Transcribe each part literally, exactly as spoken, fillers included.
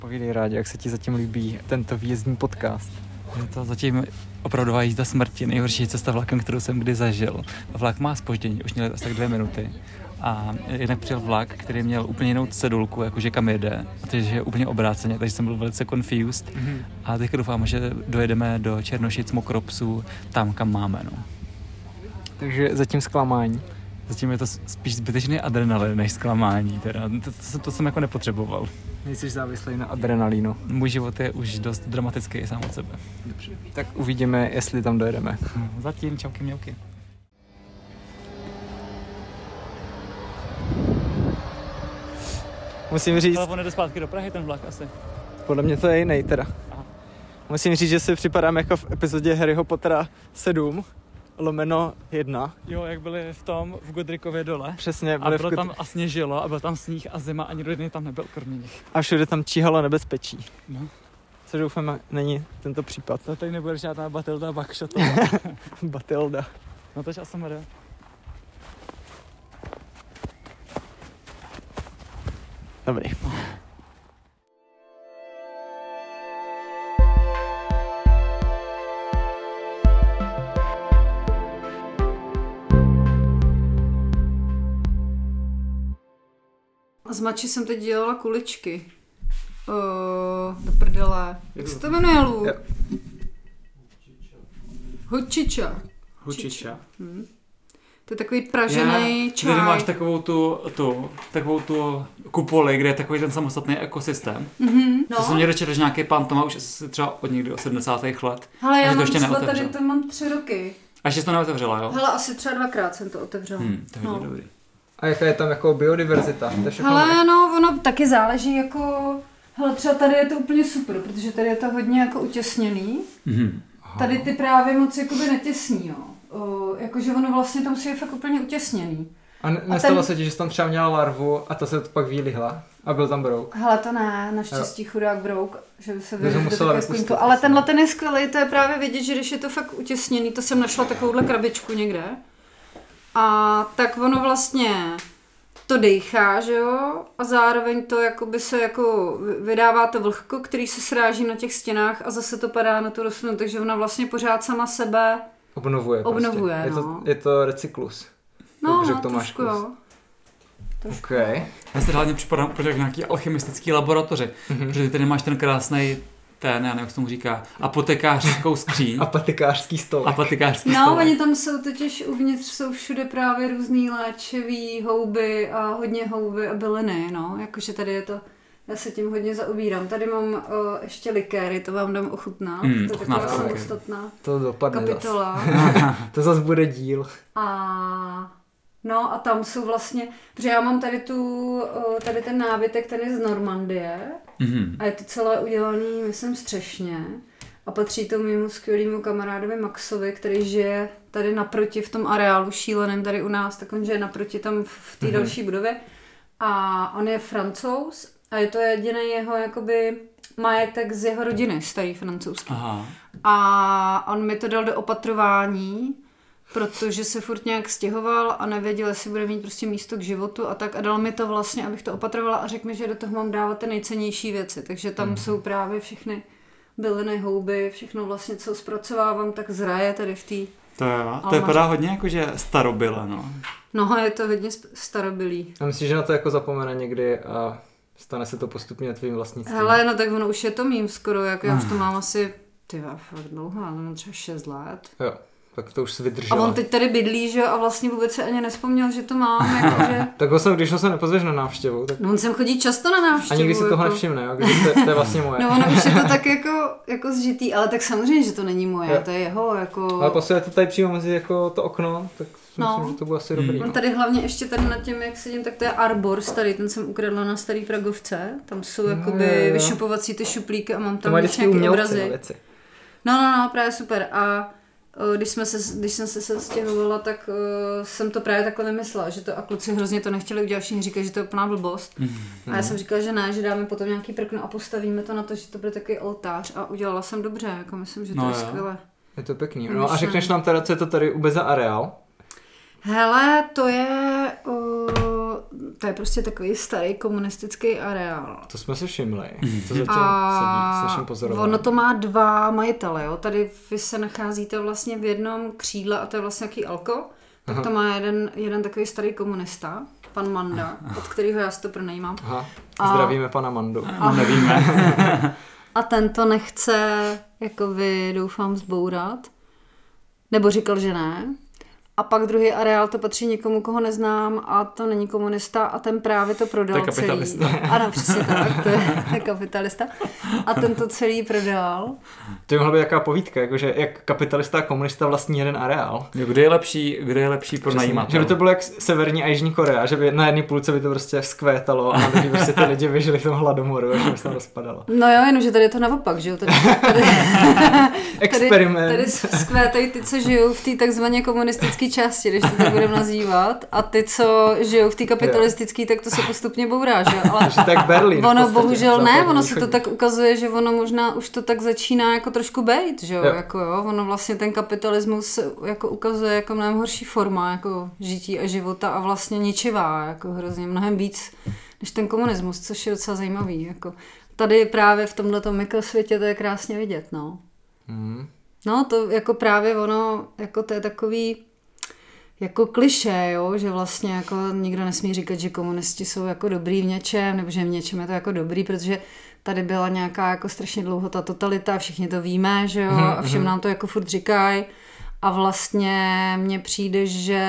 Povídej rádi, jak se ti zatím líbí tento výjezdní podcast. Je to zatím opravdová jízda smrti, nejhorší cesta vlakem, kterou jsem kdy zažil. Vlak má zpoždění, už měl asi tak dvě minuty. A jednak přijel vlak, který měl úplně jinou cedulku, jakože kam jede, a takže je úplně obráceně, takže jsem byl velice confused. Mm-hmm. A teďka doufám, že dojedeme do Černošic, Mokropsů, tam, kam máme. No. Takže zatím zklamání. Zatím je to spíš zbytečný adrenalin než zklamání, teda. To, to, to jsem jako nepotřeboval. Nejsi závislý na adrenalínu. Můj život je už dost dramatický sám od sebe. Dobře. Tak uvidíme, jestli tam dojedeme. Zatím, čauky mňauky. Musím říct... Ale on jde zpátky do Prahy, ten vlak asi. Podle mě to je jiný teda. Aha. Musím říct, že si připadám jako v epizodě Harryho Pottera sedm, lomeno jedna. Jo, jak byli v tom, v Godricově dole. Přesně. A bylo v tam a sněžilo a byl tam sníh a zima a nikdo jiný tam nebyl kromě nich. A všude tam číhalo nebezpečí. No. Co doufám, není tento případ. To tady nebude žádná Batilda Bakšata. Batilda. No tož asi jde. Dobrý. A z mači jsem teď dělala kuličky. Uh, do prdele. Jak se to jmenuje, Lu? Hučiča. Hučiča. Hmm. To je takový pražený čaj. Tady máš takovou tu, tu, takovou tu kupoli, kde je takový ten samostatný ekosystém. Mm-hmm, no. To jsem mě dočetl, že nějaký pán to má už třeba od někdy od sedmdesátých let. Hele, já to mám ještě třeba tady to mám tři roky. A ještě jsi to neotevřela, jo? Hele, asi třeba dvakrát jsem to otevřela. Hmm, to je no. dobrý. A jaká je tam jako biodiverzita? To je všechno. Hele, no, ono taky záleží jako... Hele, třeba tady je to úplně super, protože tady je to hodně jako utěsněný. Mm-hmm. Tady ty právě moc jakoby netěsní, jo. O, jakože ono vlastně tam si je fakt úplně utěsněný. A ne- nestalo ten... se ti, že jsi tam třeba měla larvu a ta se to pak vylihla a byl tam brouk? Hele, to ne, naštěstí chudák brouk, že by se vylil do takové skýnku. Ale vlastně. tenhle ten je skvělý, to je právě vidět, že když je to fakt utěsněný, to jsem našla takovouhle krabičku někde. A tak ono vlastně to dejchá, že jo, a zároveň to jakoby se jako vydává to vlhko, který se sráží na těch stěnách a zase to padá na tu rostlinu, takže ona vlastně pořád sama sebe obnovuje. Obnovuje, prostě. no. Je to, je to recyklus. No, Dobře, no, to máš trošku, jo. Trošku. Okay. Já se hlavně připadám úplně jak nějaký alchymistický laboratoři, mm-hmm. protože tady máš ten krásný ten, já nevím, jak se tomu říká, apotekářskou skříň. Apatikářský stolek. Apatikářský no, stolek. oni tam jsou totiž uvnitř, jsou všude právě různý léčivý houby a hodně houby a byliny, no, jakože tady je to, já se tím hodně zaobírám. Tady mám uh, ještě likéry, to vám dám ochutnat, mm, to je taková samostatná to dopadne kapitola. Zas. To zase bude díl. A no a tam jsou vlastně, protože já mám tady tu, tady ten nábytek, ten je z Normandie mm-hmm. a je to celé udělané, myslím, střešně a patří to mému skvělému kamarádovi Maxovi, který žije tady naproti v tom areálu šíleném tady u nás, tak on žije naproti tam v té mm-hmm. další budově a on je Francouz a je to jediný jeho jakoby majetek z jeho rodiny, starý francouzský. Aha. A on mi to dal do opatrování, protože se furt nějak stěhoval a nevěděl, jestli bude mít prostě místo k životu a tak a dal mi to vlastně, abych to opatrovala a řekl mi, že do toho mám dávat ty nejcennější věci, takže tam mm. jsou právě všechny byliny, houby, všechno vlastně, co zpracovávám, tak zraje tady v té To je, to je padá hodně jakože starobyle, no. No, je to hodně starobylý. A myslíš, že na to jako zapomene někdy a stane se to postupně tvým vlastnictvím? Hele, no tak ono už je to mým skoro, jak já už to mám asi, ty fakt dlouho, já mám třeba šest let. Jo. Tak to už si vydržela. A on teď tady bydlí, že a vlastně vůbec se ani nevzpomněl, že to mám. Jakože... tak vlastně, když ho se nepozveš na návštěvu. Tak... No on sem chodí často na návštěvu. A nikdy si jako... toho nevšimne, jo? Když to, to je vlastně moje. No ono už je to tak jako, jako zžitý, ale tak samozřejmě, že to není moje, jo. To je jeho. Jako... Ale posledně to tady přímo mezi jako to okno, tak no. myslím, že to bude asi dobrý. On no. tady hlavně ještě tady nad tím, jak sedím, tak to je arbor starý, ten jsem ukradla na starý Pragovce. Tam jsou jakoby no, jo, jo. vyšupovací ty šuplíky a mám tam nějaké obrazy. No, no, no, právě super. A Když, jsme se, když jsem se stěhovala, tak uh, jsem to právě takhle vymyslela, že to a kluci hrozně to nechtěli udělat, všichni říkají, že to je úplná blbost. Mm. A já jsem říkala, že ne, že dáme potom nějaký prkno a postavíme to na to, že to bude takový oltář a udělala jsem dobře, jako myslím, že to no je jo. skvělé. Je to pěkný. No a řekneš nám teda, co je to tady vůbec za areál? Hele, to je uh, to je prostě takový starý komunistický areál. To jsme si všimli. To zatím a sedí s naším pozorováním. ono to má dva majitele, jo. Tady vy se nacházíte vlastně v jednom křídle a to je vlastně nějaký alko. Tak Aha. to má jeden, jeden takový starý komunista, pan Manda, od kterého já si to pronajímám. Aha. Zdravíme a... pana Mandu. A nevíme. A ten to nechce, jako vy, doufám, zbourat. Nebo říkal, že ne. A pak druhý areál, to patří někomu, koho neznám a to není komunista a ten právě to prodal celý. To je kapitalista. Celý. Ano, přesně tak, to je, to je kapitalista. A ten to celý prodal. To je mohla být jaká povídka, jakože jak kapitalista a komunista vlastní jeden areál. Kde je lepší, kde je lepší pro najímatel? Že by to bylo jak Severní a Jižní Korea, že by na jedné půlce by to prostě vzkvétalo a na druhé prostě ty lidi vyžili v tom hladomoru, až by se tam rozpadalo. No jo, jenomže tady je to naopak, že jo? Tady, tady, Experiment. Tady, tady vzkvétají ty, co žijou v té takzvaně komunistické části, když to tak budeme nazývat, a ty, co žijou v té kapitalistické, tak to se postupně bourá, že jo? Ale tak Berlín, ono bohužel ne, ono se to tak ukazuje, že ono možná už to tak začíná jako trošku bejt, že jo? jo. Jako jo, ono vlastně ten kapitalismus se jako ukazuje jako mnohem horší forma jako žití a života a vlastně ničivá, jako hrozně mnohem víc než ten komunismus, což je docela zajímavý, jako tady právě v tomhletom mikrosvětě to je krásně vidět, no. Mm. No, to jako právě ono, jako to je takový jako klišé, jo, že vlastně jako nikdo nesmí říkat, že komunisti jsou jako dobrý v něčem, nebo že v něčem je to jako dobrý, protože tady byla nějaká jako strašně dlouho ta totalita, všichni to víme, že jo, a všem nám to jako furt říkají. A vlastně mně přijde, že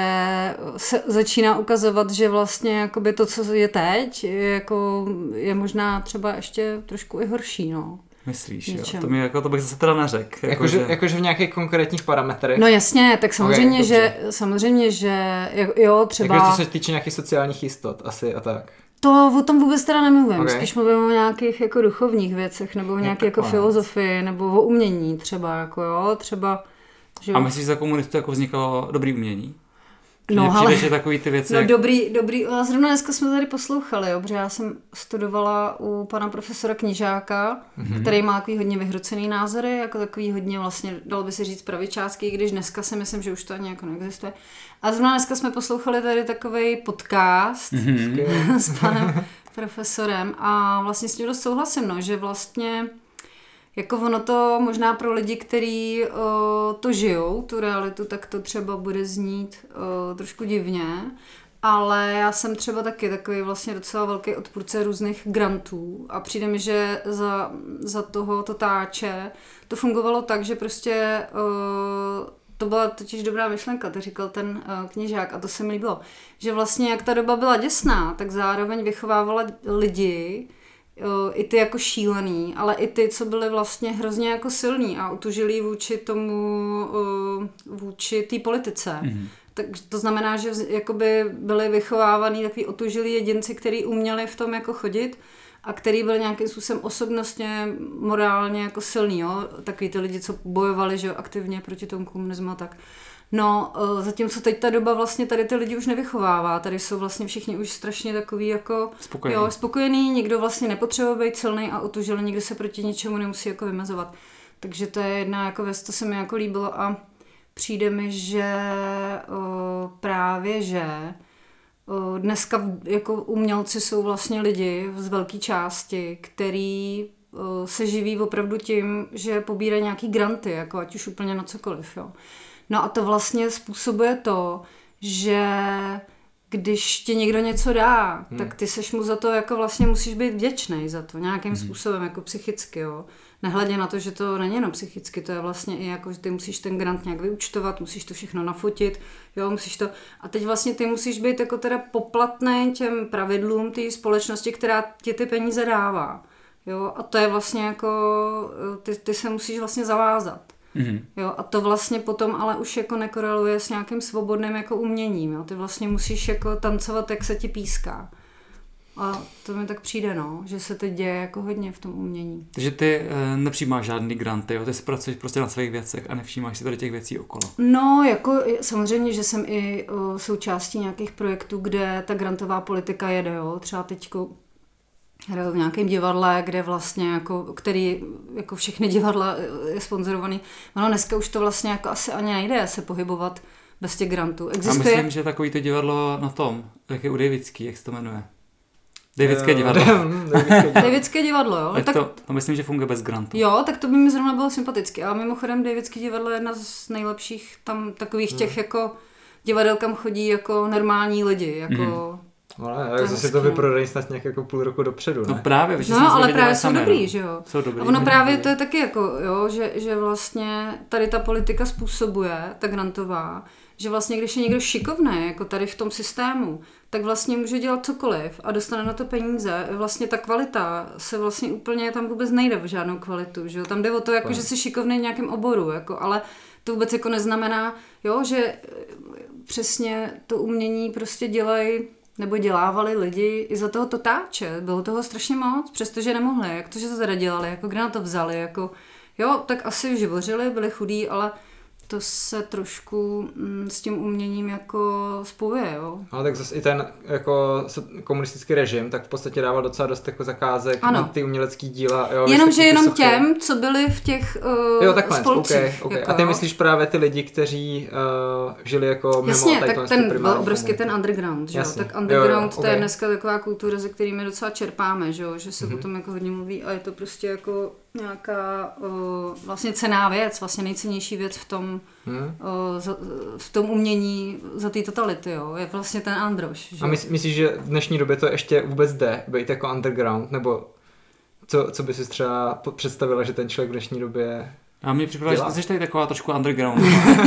se začíná ukazovat, že vlastně jakoby to, co je teď, je, jako, je možná třeba ještě trošku i horší, no. Myslíš, jo? To, mi jako, to bych zase teda neřekl. Jakože jako, že... jako, že v nějakých konkrétních parametrech? No jasně, tak samozřejmě, okay, že, samozřejmě že jo, třeba... Jakože co se týče nějakých sociálních jistot asi a tak. To o tom vůbec teda nemluvím, okay. Spíš mluvím o nějakých jako duchovních věcech, nebo o nějaké jako filozofii, nebo o umění třeba, jako jo, třeba... Že... A myslíš, že za komunistů jako vznikalo dobrý umění? No, přijde, ale... že takový ty věci... No jak... dobrý, dobrý, a zrovna dneska jsme tady poslouchali, jo, protože já jsem studovala u pana profesora Knižáka, mm-hmm. který má takový hodně vyhrocený názory, jako takový hodně vlastně, dalo by se říct pravičácký, když dneska si myslím, že už to ani jako neexistuje. A zrovna dneska jsme poslouchali tady takovej podcast mm-hmm. s panem profesorem a vlastně s tím dost souhlasím, no, že vlastně jako ono to možná pro lidi, kteří uh, to žijou, tu realitu, tak to třeba bude znít uh, trošku divně, ale já jsem třeba taky takový vlastně docela velký odpůrce různých grantů a přijde mi, že za, za toho totáče to fungovalo tak, že prostě uh, to byla totiž dobrá myšlenka, to říkal ten uh, Knižák a to se mi líbilo, že vlastně jak ta doba byla děsná, tak zároveň vychovávala lidi, i ty jako šílený, ale i ty, co byly vlastně hrozně jako silní a utužili vůči tomu, vůči té politice. Mm-hmm. Tak to znamená, že jakoby byli vychovávaný takový otužilí jedinci, kteří uměli v tom jako chodit a který byl nějakým způsobem osobnostně, morálně jako silný, jo? Takový ty lidi, co bojovali, že jo, aktivně proti tomu komunismu a tak. No, zatímco teď ta doba vlastně tady ty lidi už nevychovává, tady jsou vlastně všichni už strašně takový jako spokojený, jo, spokojený, nikdo vlastně nepotřebuje být silný a otužilý, nikdo se proti ničemu nemusí jako vymezovat. Takže to je jedna jako věc, to se mi jako líbilo a přijde mi, že o, právě, že o, dneska jako umělci jsou vlastně lidi z velké části, který o, se živí opravdu tím, že pobírají nějaký granty, jako ať už úplně na cokoliv, jo. No a to vlastně způsobuje to, že když ti někdo něco dá, hmm. tak ty seš mu za to jako vlastně musíš být vděčnej za to nějakým hmm. způsobem, jako psychicky, jo. Nehledě na to, že to není jenom psychicky, to je vlastně i jako, že ty musíš ten grant nějak vyúčtovat, musíš to všechno nafotit, jo, musíš to... A teď vlastně ty musíš být jako teda poplatný těm pravidlům té společnosti, která ti ty peníze dává, jo. A to je vlastně jako, ty, ty se musíš vlastně zavázat. Mm-hmm. Jo, a to vlastně potom ale už jako nekoreluje s nějakým svobodným jako uměním, jo. Ty vlastně musíš jako tancovat, jak se ti píská. A to mi tak přijde, no, že se teď děje jako hodně v tom umění. Takže ty e, nepřijímáš žádný granty, jo? Ty si pracuješ prostě na svých věcech a nevšímáš si tady těch věcí okolo. No, jako samozřejmě, že jsem i o, součástí nějakých projektů, kde ta grantová politika jede, jo. Třeba teďko hraju v nějakém divadle, kde vlastně jako, který jako všechny divadla je sponzorovaný. No dneska už to vlastně jako asi ani nejde se pohybovat bez těch grantů. Existuje... A myslím, že takový to divadlo na tom, jak je u Davidský, jak se to jmenuje. Davidské divadlo. Davidské divadlo, jo. Tak tak... to, to myslím, že funguje bez grantu. Jo, tak to by mi zrovna bylo sympatické. A mimochodem Davidské divadlo je jedna z nejlepších tam takových těch hmm. jako divadel, kam chodí jako normální lidi, jako... Hmm. No ne, jak zase to vyprodají snad nějak jako půl roku dopředu, ne? No právě, no, ale právě jsou dobrý, že jo? Jsou dobrý. A ono právě to je taky jako, jo, že, že vlastně tady ta politika způsobuje, ta grantová, že vlastně když je někdo šikovný, jako tady v tom systému, tak vlastně může dělat cokoliv a dostane na to peníze. Vlastně ta kvalita se vlastně úplně tam vůbec nejde v žádnou kvalitu, že jo? Tam jde o to, jako, že jsi šikovný v nějakém oboru, jako, ale to vůbec jako neznamená, jo, že přesně to umění prostě dělají nebo dělávali lidi i za toho totáče. Bylo toho strašně moc, přestože nemohli. Jak to, že se teda dělali, jako kde na to vzali, jako jo, tak asi živořili, byli chudí, ale to se trošku mm, s tím uměním jako spojuje, jo. Ale tak zase i ten jako komunistický režim, tak v podstatě dával docela dost jako zakázek ano. na ty umělecký díla. Jo, jenomže jenom sochy. Těm, co byli v těch uh, jo, takhle, spolcích. Okay, okay. Jako, a ty myslíš právě ty lidi, kteří uh, žili jako mimo jasně, tady tak ten byl obrovský ten underground, že jo. Tak underground jo, jo, okay. To je dneska taková kultura, ze kterými docela čerpáme, že jo, že se mm-hmm. o tom jako hodně mluví a je to prostě jako nějaká uh, vlastně cenná věc, vlastně nejcennější věc v tom, hmm. uh, za, v tom umění za té totality, jo, je vlastně ten androž. Že? A mys, myslíš, že v dnešní době to ještě vůbec jde, být jako underground, nebo co, co by si třeba představila, že ten člověk v dnešní době a mě připadá, že ty jsi tady taková trošku underground.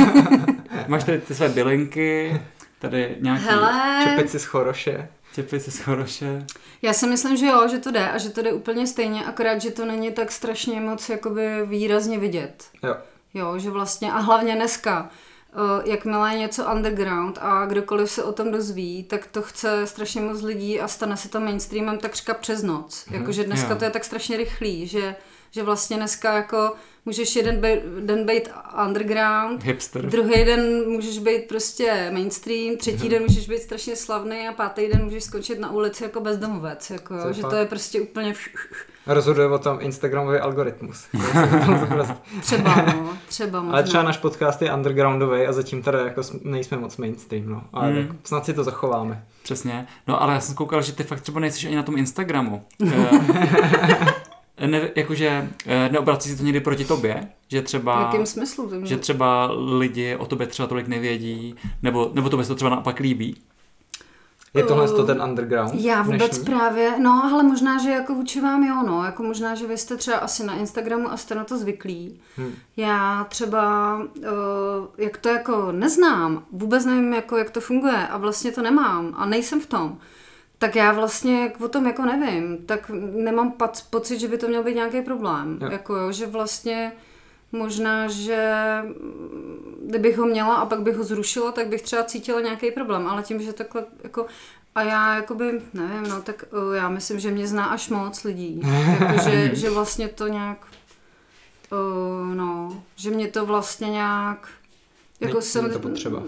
Máš tady ty své bylinky, tady nějaký hele. Čepici z Choroše. Čepici z Choroše. Já si myslím, že jo, že to jde a že to jde úplně stejně, akorát, že to není tak strašně moc jakoby výrazně vidět. Jo. Jo, že vlastně a hlavně dneska, uh, jakmile je něco underground a kdokoliv se o tom dozví, tak to chce strašně moc lidí a stane se to mainstreamem takřka přes noc. Mm-hmm. Jakože dneska jo. To je tak strašně rychlý, že, že vlastně dneska jako můžeš jeden bej, den být underground, hipster. Druhý den můžeš být prostě mainstream, třetí mm-hmm. den můžeš být strašně slavný a pátý den můžeš skončit na ulici jako bezdomovec. Jako, jo, že fakt? To je prostě úplně... Rozhoduje o tom Instagramový algoritmus. třeba, no, třeba možná. Ale třeba náš podcast je undergroundový a zatím teda jako nejsme moc mainstream, no. Ale mm. tak snad si to zachováme. Přesně. No ale já jsem koukal, že ty fakt třeba nejsi ani na tom Instagramu. Ne, jakože neobrací se to někdy proti tobě, že třeba... V jakém smyslu? To že třeba lidi o tobě třeba tolik nevědí, nebo, nebo tobě se to třeba naopak líbí? Je tohle to ten underground? Já vůbec dnešní? Právě, no ale možná, že jako vůči vám jo, no, jako možná, že vy jste třeba asi na Instagramu a jste na to zvyklí. Hmm. Já třeba, uh, jak to jako neznám, vůbec nevím, jako, jak to funguje a vlastně to nemám a nejsem v tom. Tak já vlastně o tom jako nevím, tak nemám pocit, že by to měl být nějaký problém. Jo. Jako jo, že vlastně možná, že kdybych ho měla a pak bych ho zrušila, tak bych třeba cítila nějaký problém, ale tím, že takhle jako a já jakoby, nevím, no tak já myslím, že mě zná až moc lidí. Jako, že, že vlastně to nějak uh, no, že mě to vlastně nějak jako jsem to potřeba.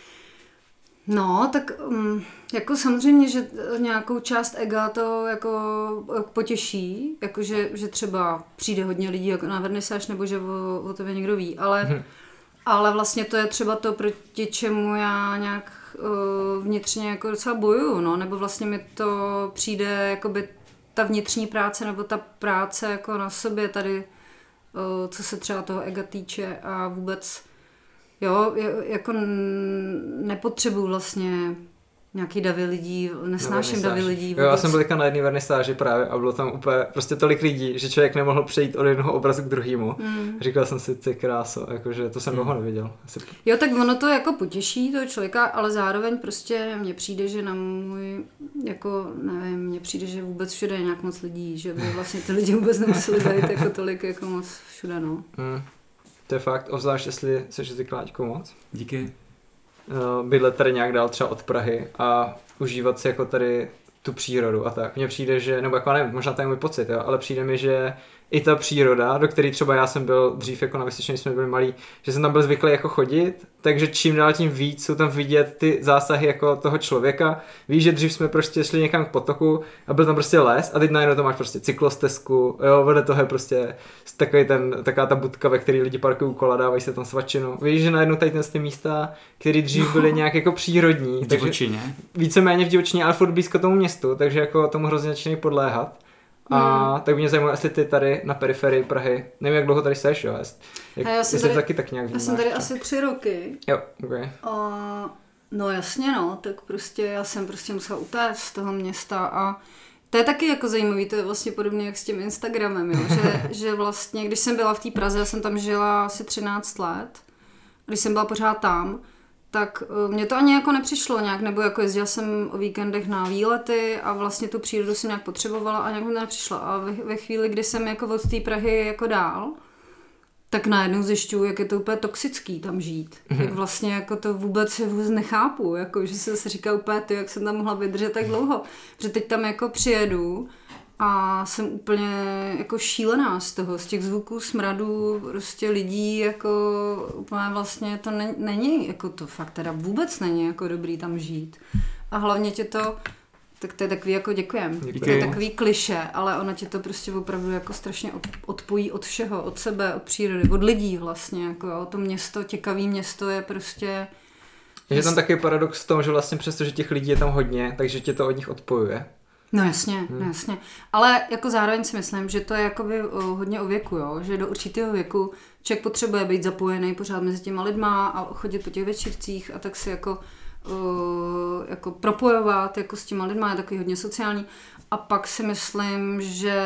No, tak um, jako samozřejmě, že nějakou část ega to jako potěší, jako že, že třeba přijde hodně lidí jako na vernisáž, nebo že o, o tebe někdo ví, ale, hmm. ale vlastně to je třeba to, proti čemu já nějak uh, vnitřně jako docela bojuju, no, nebo vlastně mi to přijde jakoby ta vnitřní práce, nebo ta práce jako na sobě tady, uh, co se třeba toho ega týče a vůbec jo, jako nepotřebuju vlastně nějaký davy lidí, nesnáším davy lidí. Vůbec. Jo, já jsem byl na jedné vernisáži právě a bylo tam úplně prostě tolik lidí, že člověk nemohl přejít od jednoho obrazu k druhému. Mm. Říkal jsem si, ty kráso, jakože to jsem dlouho mm. neviděl. Asi... Jo, tak ono to jako potěší toho člověka, ale zároveň prostě mně přijde, že na můj, jako nevím, mně přijde, že vůbec všude je nějak moc lidí, že by vlastně ty lidi vůbec nemuseli být jako tolik jako moc všude, no. Mm. To je fakt, obzvlášť, jestli seš ty Kláďko moc. Díky. Bydlet tady nějak dál třeba od Prahy a užívat si jako tady tu přírodu a tak. Mně přijde, že, nebo jako nevím, možná to je můj pocit, jo, ale přijde mi, že i ta příroda, do které třeba já jsem byl dřív jako na Vysočině, jsme byli malí, že jsem tam byl zvyklý jako chodit, takže čím dál tím víc jsou tam vidět ty zásahy jako toho člověka. Víš, že dřív jsme prostě šli někam k potoku a byl tam prostě les a teď najednou to máš prostě cyklostezku, jo, vedle toho je prostě takový ten, taková ta budka, ve které lidi parkují kola, dávají se tam svačinu. Víš, že najednou tady ty místa, které dřív byly nějak jako přírodní, v divočině. Víceméně v divočině, ale furt blízko tomu městu, takže jako tomu hrozně začínají podléhat. A hmm. tak mě zajímalo, jestli ty tady na periferii Prahy, nevím, jak dlouho tady seš, jo, jest, jak, já jsem jestli tady, taky tak nějak vnímáš. Já jsem tady čo? asi tři roky. Jo, okay. A, no jasně, no, tak prostě já jsem prostě musela utéct z toho města a to je taky jako zajímavý, to je vlastně podobně jak s tím Instagramem, jo, že, že vlastně, když jsem byla v té Praze, já jsem tam žila asi třináct let, když jsem byla pořád tam, tak mě to ani jako nepřišlo nějak, nebo jako jezdila jsem o víkendech na výlety a vlastně tu přírodu jsem nějak potřebovala a nějak mi to nepřišlo. A ve, ve chvíli, kdy jsem jako od té Prahy jako dál, tak najednou zjišťuju, jak je to úplně toxický tam žít. Mm-hmm. Jak vlastně jako to vůbec, vůbec nechápu, jako, že se, se říká úplně, ty, jak jsem tam mohla vydržet tak dlouho. Že teď tam jako přijedu a jsem úplně jako šílená z toho, z těch zvuků, smradů, prostě lidí, jako úplně vlastně to ne, není, jako to fakt teda vůbec není jako dobrý tam žít. A hlavně tě to, tak to je takový jako děkujem, Děkuji. to je takový klišé, ale ono tě to prostě opravdu jako strašně od, odpojí od všeho, od sebe, od přírody, od lidí vlastně, jako jo, to město, těkavý město je prostě... Je tam taky paradox v tom, že vlastně přesto, že těch lidí je tam hodně, takže tě to od nich odpojuje. No jasně, hmm. no jasně. Ale jako zároveň si myslím, že to je jakoby uh, hodně o věku, jo? Že do určitého věku člověk potřebuje být zapojený pořád mezi těma lidma a chodit po těch večírcích a tak si jako, uh, jako propojovat jako s těma lidma, je takový hodně sociální. A pak si myslím, že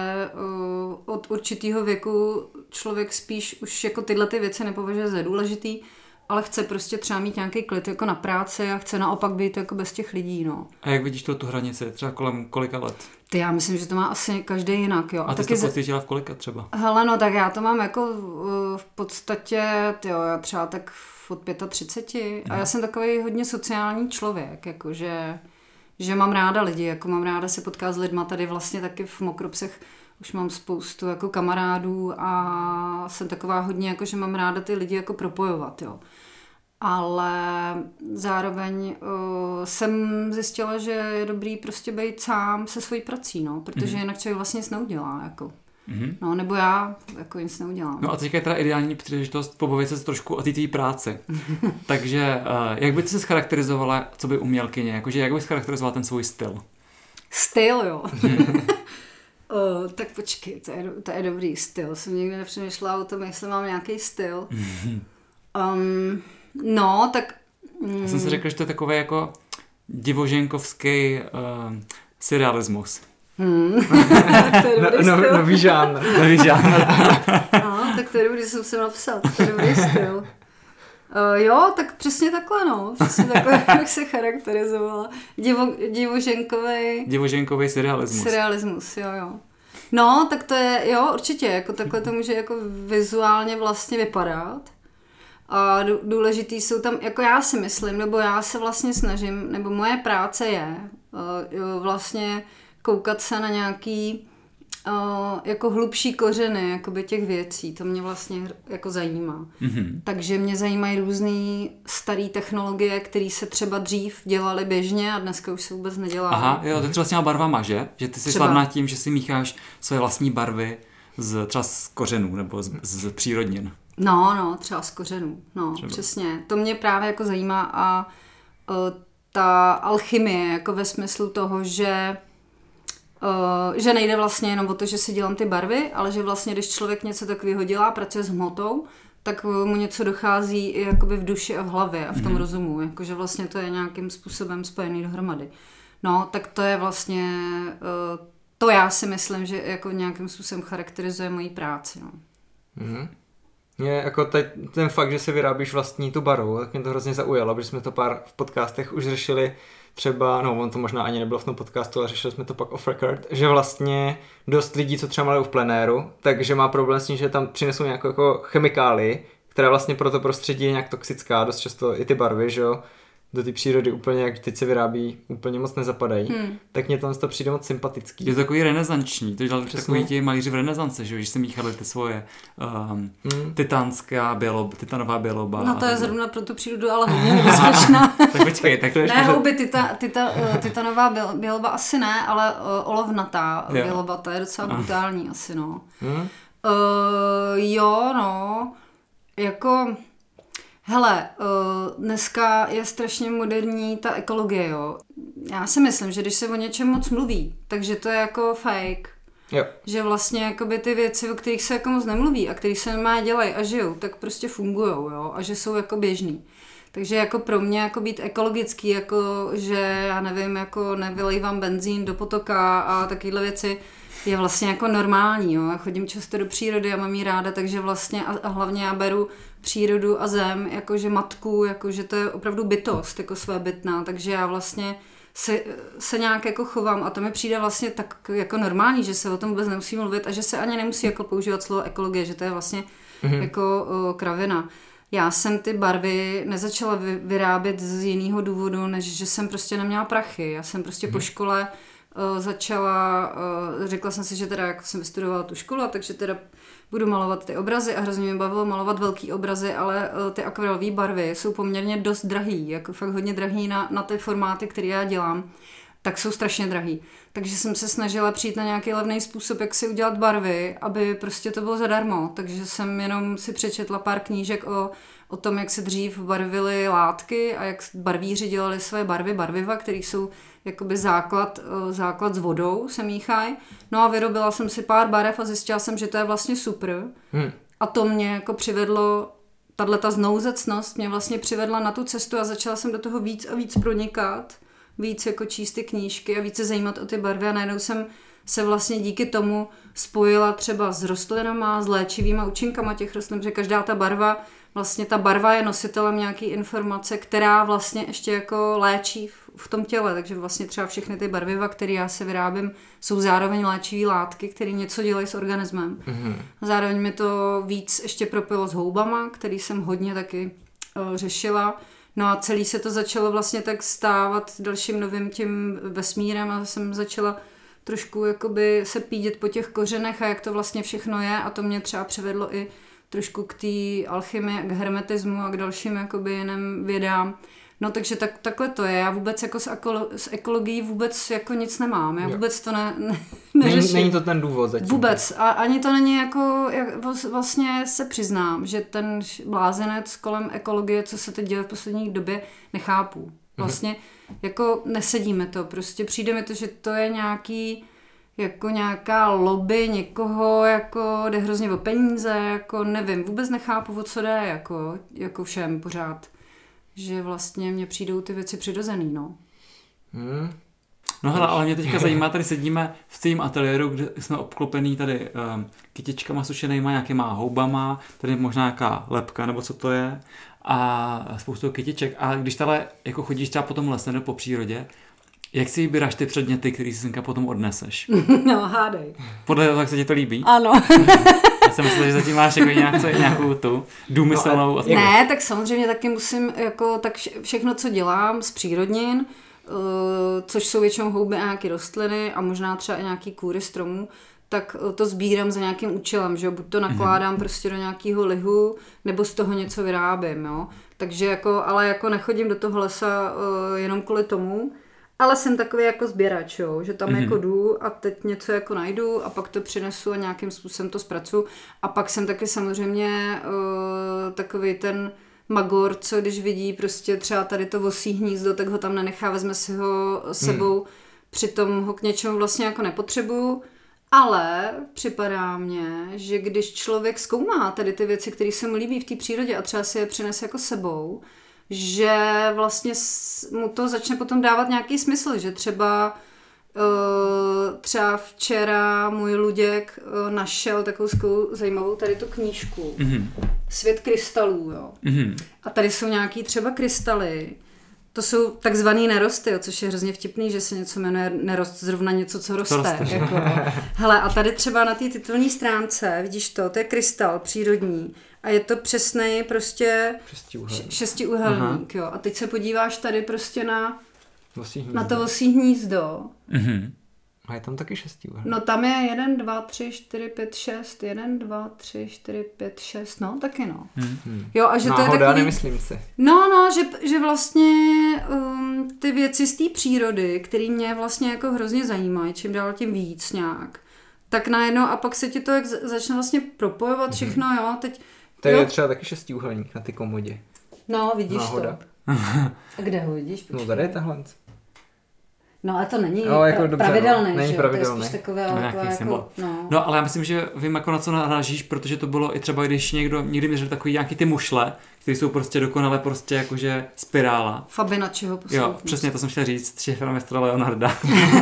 uh, od určitého věku člověk spíš už jako tyhle ty věci nepovažuje za důležitý, ale chce prostě třeba mít nějaký klid jako na práci a chce naopak být jako bez těch lidí, no. A jak vidíš tu, tu hranici? Třeba kolem kolika let? Ty, já myslím, že to má asi každý jinak, jo. A, a ty jsi to pocítila v kolika třeba? Hele, no tak já to mám jako v podstatě, tyjo, já třeba tak od třiceti pěti a já jsem takový hodně sociální člověk, jakože, že mám ráda lidi, jako mám ráda se potkat s lidma, tady vlastně taky v Mokropsech už mám spoustu jako kamarádů a jsem taková hodně, jako že mám ráda ty lidi jako propojovat, jo. Ale zároveň uh, jsem zjistila, že je dobrý prostě být sám se svojí prací, no, protože mm-hmm. jinak člověk vlastně nic neudělá, jako. Mm-hmm. No, nebo já jako nic neudělám. No a teďka je teda ideální příležitost pobavit se trošku o té tvý práci. Takže uh, jak by ty se scharakterizovala, co by umělkyně, jakože jak by scharakterizovala ten svůj styl? Styl, jo. O, tak počkej, to je, to je dobrý styl. Jsem nikdy nepřemýšlela o tom, jestli mám nějaký styl. Um, no, tak... Mm. Já jsem si řekl, že to je takový jako divoženkovský uh, surrealismus. Hmm. To je dobrý no, styl. No, nový žánr. Nový žánr. No, tak to je dobrý, že jsem se napsat. To je dobrý styl. Uh, jo, tak přesně takhle, no. Přesně takhle bych se charakterizovala. Divo, divoženkovej... Divoženkovej surrealismus. Surrealismus, jo, jo. No, tak to je, jo, určitě, jako takhle to může jako vizuálně vlastně vypadat. A důležitý jsou tam, jako já si myslím, nebo já se vlastně snažím, nebo moje práce je uh, vlastně koukat se na nějaký Uh, jako hlubší kořeny jakoby těch věcí, to mě vlastně jako zajímá. Mm-hmm. Takže mě zajímají různý staré technologie, které se třeba dřív dělaly běžně a dneska už se vůbec nedělá. Aha, jo, to třeba s těma barvama, že? Že ty jsi slavná tím, že si mícháš své vlastní barvy z, třeba z kořenů nebo z, z přírodnin. No, no, třeba z kořenů, no, třeba. Přesně. To mě právě jako zajímá a uh, ta alchymie, jako ve smyslu toho, že Uh, že nejde vlastně jenom o to, že si dělám ty barvy, ale že vlastně, když člověk něco takového dělá, pracuje s hmotou, tak mu něco dochází i jakoby v duši a v hlavě a v tom mm. rozumu, jakože vlastně to je nějakým způsobem spojený dohromady. No, tak to je vlastně, uh, to já si myslím, že jako nějakým způsobem charakterizuje moji práci, no. Mm. Mě jako teď, ten fakt, že si vyrábíš vlastní tu barvu, tak mě to hrozně zaujalo, protože jsme to pár v podcastech už řešili třeba, no on to možná ani nebylo v tom podcastu, ale řešili jsme to pak off record, že vlastně dost lidí, co třeba malují v plenéru, takže má problém s tím, že tam přinesou nějakou jako chemikálii, která vlastně pro to prostředí je nějak toxická, dost často i ty barvy, že jo, do té přírody úplně, jak teď se vyrábí, úplně moc nezapadají, hmm. tak mě tam to přijde moc sympatický. Je to takový renesanční, to dělali takový ti malíři v renesance, že když se míchali ty svoje um, hmm. titánská běloba, titanová běloba. No to je zrovna pro tu přírodu, ale hodně nebezpečná. Tak počkej, tak to je ne, houby, tita, tita, titanová běloba asi ne, ale uh, olovnatá jo. běloba, to je docela brutální asi, no. Hmm. Uh, jo, no, jako... Hele, uh, dneska je strašně moderní ta ekologie, jo. Já si myslím, že když se o něčem moc mluví, takže to je jako fake. Jo. Že vlastně jakoby ty věci, o kterých se jako moc nemluví a kterých se má dělají a žijou, tak prostě fungujou, jo. A že jsou jako běžný. Takže jako pro mě jako být ekologický, jako že já nevím, jako nevylejvám benzín do potoka a takovéhle věci, je vlastně jako normální, jo. Já chodím často do přírody a mám jí ráda, takže vlastně a, a hlavně já beru přírodu a zem, jakože matku, jakože to je opravdu bytost, jako svébytná, takže já vlastně se, se nějak jako chovám a to mi přijde vlastně tak jako normální, že se o tom vůbec nemusí mluvit a že se ani nemusí jako používat slovo ekologie, že to je vlastně mm-hmm. jako o, kravina. Já jsem ty barvy nezačala vy, vyrábět z jiného důvodu, než že jsem prostě neměla prachy. Já jsem prostě mm-hmm. po škole uh, začala, uh, řekla jsem si, že teda jako jsem vystudovala tu školu, takže teda budu malovat ty obrazy a hrozně mě bavilo malovat velký obrazy, ale uh, ty akvarelové barvy jsou poměrně dost drahý, jako fakt hodně drahý na, na ty formáty, které já dělám, tak jsou strašně drahý. Takže jsem se snažila přijít na nějaký levný způsob, jak si udělat barvy, aby prostě to bylo zadarmo. Takže jsem jenom si přečetla pár knížek o, o tom, jak se dřív barvily látky a jak barvíři dělali své barvy, barviva, které jsou jakoby základ, základ s vodou, se míchají. No a vyrobila jsem si pár barev a zjistila jsem, že to je vlastně super. Hmm. A to mě jako přivedlo, tato znouzecnost mě vlastně přivedla na tu cestu a začala jsem do toho víc a víc pronikat, víc jako číst ty knížky a víc se zajímat o ty barvy a najednou jsem se vlastně díky tomu spojila třeba s rostlinama, s léčivýma účinkama těch rostlin, protože každá ta barva, vlastně ta barva je nositelem nějaký informace, která vlastně ještě jako léčí v, v tom těle, takže vlastně třeba všechny ty barviva, které já se vyrábím, jsou zároveň léčivý látky, které něco dělají s organismem. Mm-hmm. Zároveň mi to víc ještě propilo s houbama, který jsem hodně taky uh, řešila. No a celý se to začalo vlastně tak stávat dalším novým tím vesmírem a jsem začala trošku jakoby se pídět po těch kořenech a jak to vlastně všechno je a to mě třeba přivedlo i trošku k té alchymii, k hermetismu a k dalším jakoby jiným vědám. No takže tak, takhle to je. Já vůbec jako s, ekolo, s ekologií vůbec jako nic nemám. Já vůbec to ne, ne, neřeším. Není, není to ten důvod zatím. Vůbec. A ani to není jako, jak, vlastně se přiznám, že ten blázenec kolem ekologie, co se teď děje v poslední době, nechápu. Vlastně mm-hmm. jako nesedíme to. Prostě přijde mi to, že to je nějaký jako nějaká lobby někoho, jako jde hrozně o peníze, jako nevím, vůbec nechápu, o co jde, jako, jako všem pořád. Že vlastně mně přijdou ty věci přirozený, no. Hmm. No hele, ale mě teďka zajímá, tady sedíme v tým ateliéru, kde jsme obklopený tady um, kytičkama sušenýma, nějakýma houbama, tady možná nějaká lepka, nebo co to je, a spoustu kytiček. A když tady jako chodíš třeba po tom lese nebo po přírodě, jak si vybíráš ty předměty, který si senka potom odneseš? No, hádej. Podle toho, jak se ti to líbí? Ano. Já jsem myslel, že zatím máš jako nějakou, nějakou tu důmyslnou no, ne, tak samozřejmě taky musím jako tak vše, všechno, co dělám z přírodnin, uh, což jsou většinou houby a nějaké rostliny a možná třeba i nějaký kůry stromů, tak to sbírám za nějakým účelem, že jo? Buď to nakládám mm-hmm. prostě do nějakého lihu, nebo z toho něco vyrábím, jo. Takže jako, ale jako nechodím do toho lesa uh, jenom kvůli tomu, ale jsem takový jako sběrač, jo, že tam mm-hmm. jako jdu a teď něco jako najdu a pak to přinesu a nějakým způsobem to zpracuju. A pak jsem taky samozřejmě uh, takový ten magor, co když vidí prostě třeba tady to vosí hnízdo, tak ho tam nenechá, vezme si ho sebou, mm. přitom ho k něčemu vlastně jako nepotřebuju. Ale připadá mně, že když člověk zkoumá tady ty věci, které se mu líbí v té přírodě a třeba si je přinese jako sebou, že vlastně mu to začne potom dávat nějaký smysl, že třeba uh, třeba včera můj Luděk uh, našel takovou zajímavou tady tu knížku mm-hmm. Svět krystalů, jo. Mm-hmm. A tady jsou nějaký třeba krystaly, To jsou takzvaný nerosty, jo, což je hrozně vtipný, že se něco jmenuje nerost, zrovna něco, co roste. roste jako. Hele, a tady třeba na té titulní stránce, vidíš to, to je krystal přírodní a je to přesnej prostě šestiúhelník. šestiúhelník, jo. A teď se podíváš tady prostě na, na to vosí hnízdo. Mhm. A je tam taky šestiúhelník. No tam je jeden, dva, tři, čtyři, pět, šest, jeden, dva, tři, čtyři, pět, šest, no taky no. Hmm. Jo, a že Náhoda, to je takový... nemyslím si. No, no, že, že vlastně um, ty věci z té přírody, které mě vlastně jako hrozně zajímají, čím dál tím víc nějak, tak najednou a pak se ti to jak začne vlastně propojovat všechno, mm-hmm. jo, teď... Tady jo? je třeba taky šestiúhelník na ty komodě. No, vidíš Náhoda. to. A kde ho vidíš? Počkej. No tady je tahle. No a to není no, jako pra- dobře, pravidelné, no. Není že pravidelné. To je spíš takové, no, jako, jako, no. no ale já myslím, že vím jako na co narážíš, protože to bylo i třeba, když někdo, někdy měřil takový nějaký ty mušle, které jsou prostě dokonale prostě jakože spirála. Fabinačiho posloupnost. Jo, přesně to jsem chtěl říct, šéfera mistra Leonarda.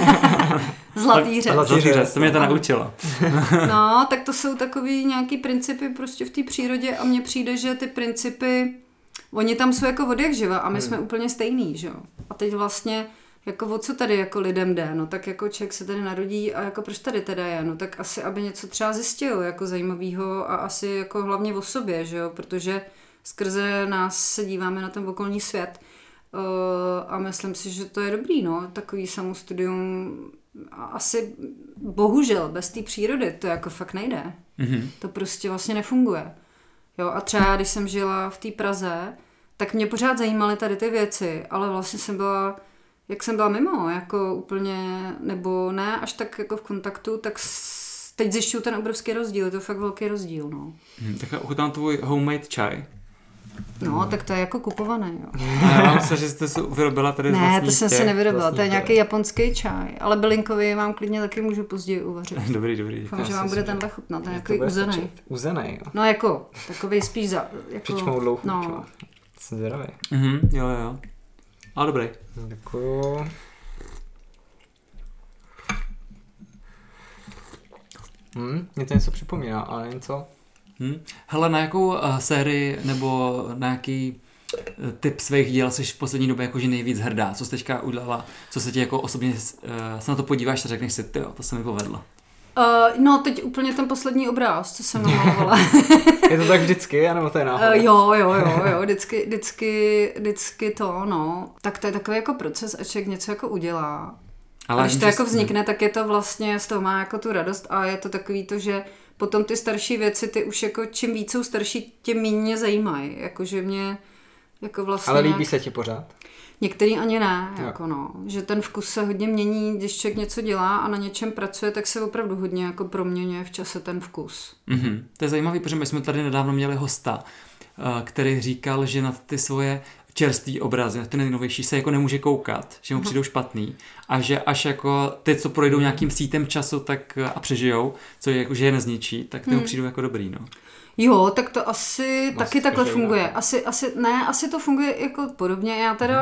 Zlatý řez. Zlatý řez, to mě to naučilo. No, tak to jsou takový nějaký principy prostě v té přírodě a mně přijde, že ty principy, oni tam jsou jako od jak živa a my hmm. jsme úplně stejný, že jo. A teď vlastně jako o co tady jako lidem jde, no tak jako člověk se tady narodí a jako proč tady teda je, no tak asi, aby něco třeba zjistil jako zajímavého a asi jako hlavně o sobě, že jo, protože skrze nás se díváme na ten okolní svět uh, a myslím si, že to je dobrý, no, takový samostudium asi bohužel bez té přírody to jako fakt nejde, mm-hmm. to prostě vlastně nefunguje, jo, a třeba když jsem žila v té Praze, tak mě pořád zajímaly tady ty věci, ale vlastně jsem byla jak jsem byla mimo, jako úplně, nebo ne, až tak jako v kontaktu, tak s, teď zjišťuju ten obrovský rozdíl, je to fakt velký rozdíl, no. Hmm, tak ochutnám tvůj homemade čaj. No, hmm. tak to je jako kupované, jo. Já mám se, že jste vyrobila tady ne, vlastní to jsem těch, si nevyrobila, to je nějaký japonský čaj, ale bylinkový vám klidně taky můžu později uvařit. Dobrý, dobrý. Doufám, že vám bude tenhle chutnat, ten nějaký uzený. Uzený, jo. No jako, takový spíš za, jako... Přičmoudlou chuť, no. jo. Jsem zvědavý. Mhm, jo, jo. Ale dobrý. Děkuju. Hmm, mě to něco připomíná, ale něco. Hmm. Hele, na jakou uh, sérii nebo na jaký uh, typ svých děl jsi v poslední době jakože nejvíc hrdá? Co jsi teďka udělala? Co se ti jako osobně uh, se na to podíváš a řekneš si, tyjo, to se mi povedlo. Uh, no, teď úplně ten poslední obráz, co jsem namalovala. Je to tak vždycky, anebo to je náhoda? Uh, jo, jo, jo, jo, vždycky, vždycky, vždycky to, no. Tak to je takový jako proces a člověk něco jako udělá. Ale a když to jako vznikne, tak je to vlastně, z toho má jako tu radost a je to takový to, že potom ty starší věci, ty už jako čím víc jsou starší, tím méně mě zajímají. Jakože mě jako vlastně... Ale líbí se ti pořád? Některý ani ne, jako no. Že ten vkus se hodně mění, když člověk něco dělá a na něčem pracuje, tak se opravdu hodně jako proměňuje v čase ten vkus. Mm-hmm. To je zajímavý, protože my jsme tady nedávno měli hosta, který říkal, že na ty svoje čerstvý obrazy, na ty nejnovější se jako nemůže koukat, že mu přijdou špatný a že až jako ty, co projdou nějakým sítem času tak a přežijou, co je jako, že je nezničí, tak ty mu hmm. přijdou jako dobrý, no. Jo, tak to asi Mas taky takhle funguje. Asi, asi, ne, asi to funguje jako podobně. Já teda,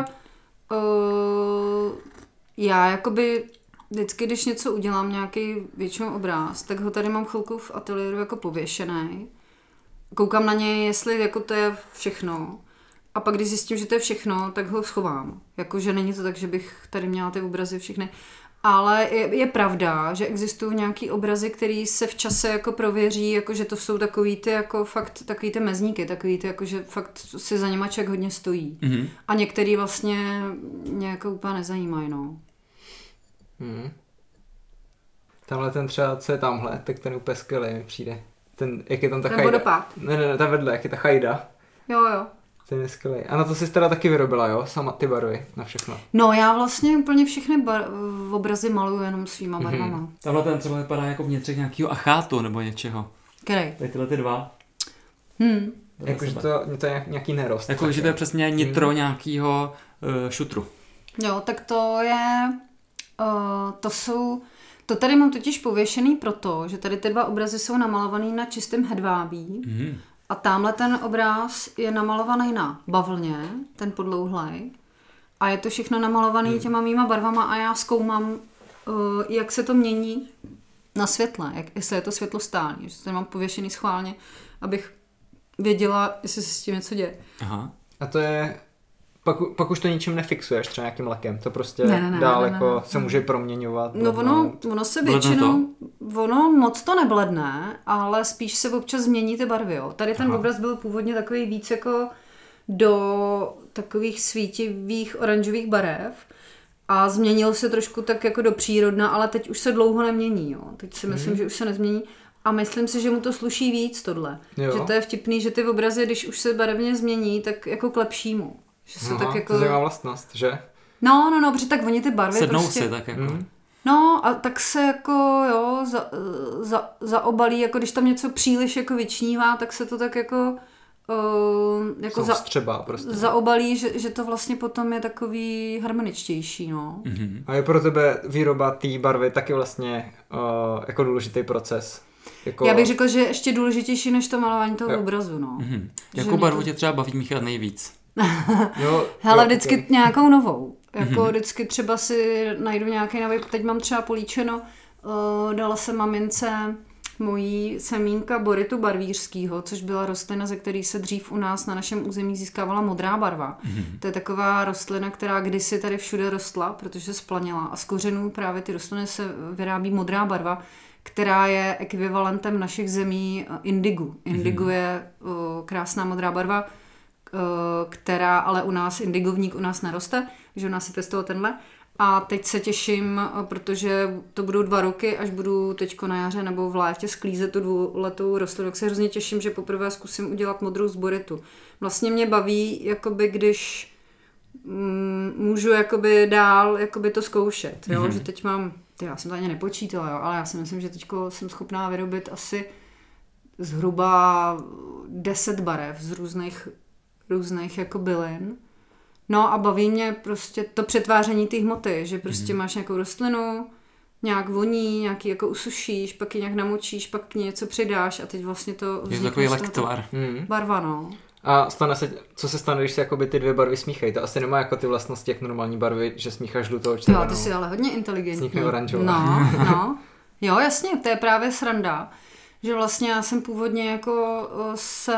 uh, já jakoby vždycky, když něco udělám, nějaký většinou obráz, tak ho tady mám chvilku v ateliéru jako pověšený. Koukám na něj, jestli jako to je všechno. A pak, když zjistím, že to je všechno, tak ho schovám. Jakože není to tak, že bych tady měla ty obrazy všechny. Ale je, je pravda, že existují nějaký obrazy, které se v čase jako prověří, jakože to jsou takový ty jako fakt, takový ty mezníky, takový ty jakože fakt si za něma člověk hodně stojí. Mm-hmm. A některý vlastně mě jako úplně nezajímají, no. Hmm. Tamhle ten třeba, co je tamhle, tak ten úplně skvělý mi přijde. Ten, jak je tam ta ten chajda. vodopád. Ne, ne, ne, ta vedle, jak je ta chajda. Jo, jo. Ten je skvělý. A na to jsi teda taky vyrobila, jo? Sama ty barvy, na všechno. No, já vlastně úplně všechny bar- obrazy maluju jenom svýma barvama. Mm-hmm. Tamhle ten třeba vypadá jako vnitřek nějakého achátu nebo něčeho. Který? Tady tyhle ty dva. Hmm. Jakože to, to je nějaký nerost. Jakože to je přesně nitro hmm. nějakého uh, šutru. Jo, tak to je... Uh, to jsou... To tady mám totiž pověšený proto, že tady ty dva obrazy jsou namalovaný na čistém hedvábí. Mm. A tamhle ten obráz je namalovaný na bavlně, ten podlouhlej. A je to všechno namalovaný hmm. těma mýma barvama a já zkoumám, uh, jak se to mění na světle, jak, jestli je to světlo stálý. Že to mám pověšený schválně, abych věděla, jestli se s tím něco děje. Aha. A to je pak, pak už to ničím nefixuješ, třeba nějakým lakem, to prostě ne, ne, ne, dál ne, ne, jako ne. se může proměňovat. No ono, ono se většinou, ono moc to nebledne, ale spíš se občas změní ty barvy, jo. Tady ten Aha. obraz byl původně takový víc jako do takových svítivých oranžových barev a změnil se trošku tak jako do přírodna, ale teď už se dlouho nemění, jo. Teď si myslím, hmm. že už se nezmění. A myslím si, že mu to sluší víc tohle. Jo. Že to je vtipný, že ty obrazy, když už se barevně změní, tak jako k lepšímu. Že se Aha, tak jako... to zajímavá vlastnost, že? No, no, no, protože tak oni ty barvy Sednou prostě... si tak jako. Mm. No a tak se jako, jo, za, za, zaobalí, jako když tam něco příliš jako vyčnívá, tak se to tak jako... Uh, jako za, prostě. zaobalí, že, že to vlastně potom je takový harmoničtější, no. Mm-hmm. A je pro tebe výroba té barvy taky vlastně uh, jako důležitý proces? Jako... Já bych řekla, že je ještě důležitější než to malování toho jo. obrazu, no. Mm-hmm. Jakou barvu to... tě třeba baví míchat nejvíc? jo, Hele, jo, vždycky okay. nějakou novou. Jako mm-hmm. vždycky třeba si najdu nějaký nový, teď mám třeba políčeno, uh, dala jsem mamince mojí semínka boritu barvířskýho, což byla rostlina, ze který se dřív u nás na našem území získávala modrá barva. Mm-hmm. To je taková rostlina, která kdysi tady všude rostla, protože splanila a z kořenů právě ty rostliny se vyrábí modrá barva, která je ekvivalentem našich zemí indigu. Indigo mm-hmm. je uh, krásná modrá barva, uh, která ale u nás, indigovník u nás neroste, že u nás je pěstoval tenhle. A teď se těším, protože to budou dva roky, až budu teďko na jaře nebo v létě sklízet tu dvouletou rostlinu, tak se hrozně těším, že poprvé zkusím udělat modrou z boritu. Vlastně mě baví, jakoby když mm, můžu jakoby dál jakoby to zkoušet, jo? Mm-hmm. Že teď mám, ty, já jsem to ani nepočítala, jo? Ale já si myslím, že teďko jsem schopná vyrobit asi zhruba deset barev z různých, různých jako bylin. No a baví mě prostě to přetváření té hmoty, že prostě mm. máš nějakou rostlinu, nějak voní, nějaký jako usušíš, pak ji nějak namočíš, pak k ní něco přidáš a teď vlastně to je to takový lektvar. Mm. Barva, no. A stane se, co se stane, když se jakoby ty dvě barvy smíchají? To asi nemá jako ty vlastnosti, jak normální barvy, že smícháš žlutou, červenou. Jo, ty jsi ale hodně inteligentní. Vznikne oranžová. No, no. Jo, jasně, to je právě sranda. Že vlastně já jsem původně jako se,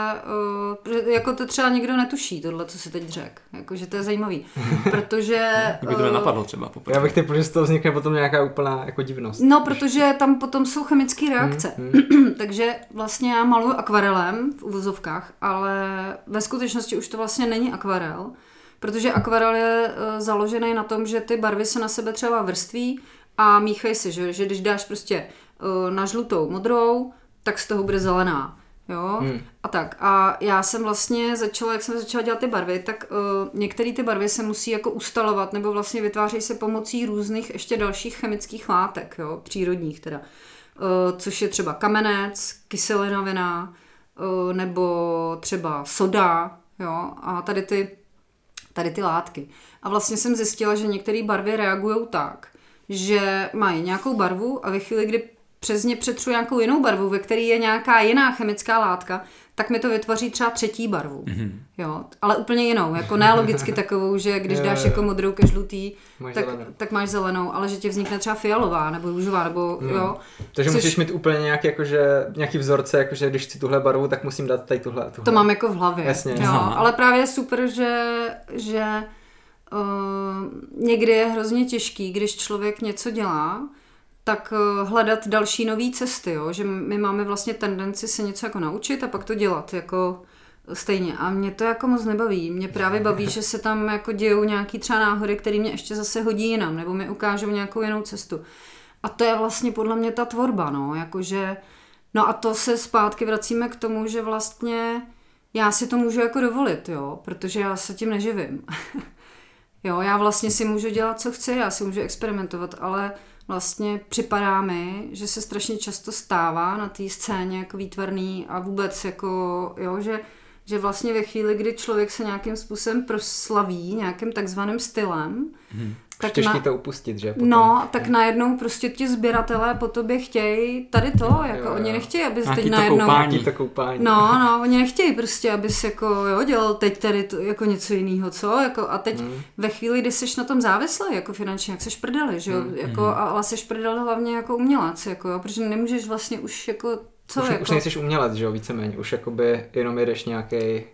jako to třeba nikdo netuší, tohle, co si teď řekl. Jako, že to je zajímavý, protože... Kdyby to nenapadlo třeba poprvé. Já bych typu, že z toho vznikne potom nějaká úplná jako divnost. No, protože tam potom jsou chemické reakce. Hmm, hmm. Takže vlastně já maluju akvarelem v uvozovkách, ale ve skutečnosti už to vlastně není akvarel, protože akvarel je založený na tom, že ty barvy se na sebe třeba vrství a míchají si, že, že když dáš prostě na žlutou modrou, tak z toho bude zelená. Jo? Hmm. A tak. A já jsem vlastně začala, jak jsem začala dělat ty barvy, tak uh, některé ty barvy se musí jako ustalovat, nebo vlastně vytvářejí se pomocí různých ještě dalších chemických látek, jo? Přírodních teda. Uh, což je třeba kamenec, kyselina vinná, uh, nebo třeba soda, jo? A tady ty, tady ty látky. A vlastně jsem zjistila, že některé barvy reagují tak, že mají nějakou barvu a ve chvíli, kdy přes ně přetřu nějakou jinou barvu, ve které je nějaká jiná chemická látka, tak mi to vytvoří třeba třetí barvu. Mm-hmm. Jo, ale úplně jinou, jako ne logicky takovou, že když dáš jako modrou ke žlutý, tak, tak máš zelenou, ale že ti vznikne třeba fialová nebo růžová, nebo mm. jo. Takže což... musíš mít úplně nějaký, jakože, nějaký vzorce, jakože když chci tuhle barvu, tak musím dát tady tuhle. tuhle. To mám jako v hlavě. Jasně. Jo, ale právě je super, že, že uh, někdy je hrozně těžký, když člověk něco dělá, tak hledat další nové cesty, jo? Že my máme vlastně tendenci se něco jako naučit a pak to dělat jako stejně. A mě to jako moc nebaví. Mě právě baví, že se tam jako dějou nějaký třeba náhody, které mě ještě zase hodí jinam, nebo mi ukážou nějakou jinou cestu. A to je vlastně podle mě ta tvorba, no, jakože, no a to se zpátky vracíme k tomu, že vlastně já si to můžu jako dovolit, jo, protože já se tím neživím. Jo, já vlastně si můžu dělat, co chci, já si můžu experimentovat, ale vlastně připadá mi, že se strašně často stává na té scéně jako výtvarný a vůbec jako, jo, že, že vlastně ve chvíli, kdy člověk se nějakým způsobem proslaví nějakým takzvaným stylem, hmm. tak těžký na... to upustit, že? Potom. No, tak najednou prostě ti sběratelé po tobě chtějí tady to, jako jo, oni nechtějí, abys nějaký teď to najednou... Koupání. To koupání. No, no, oni nechtějí prostě, abys jako, jo, dělal teď tady to, jako něco jiného, co? Jako, a teď hmm. ve chvíli, kdy jsi na tom závislý, jako finančně, jak seš prdeli, že jo? Hmm. Jako, ale seš prdeli hlavně jako umělec, jako, jo? Protože nemůžeš vlastně už jako, co už, jako... Už nejseš umělec, že jo, víceméně, už jakoby jenom jedeš nějaký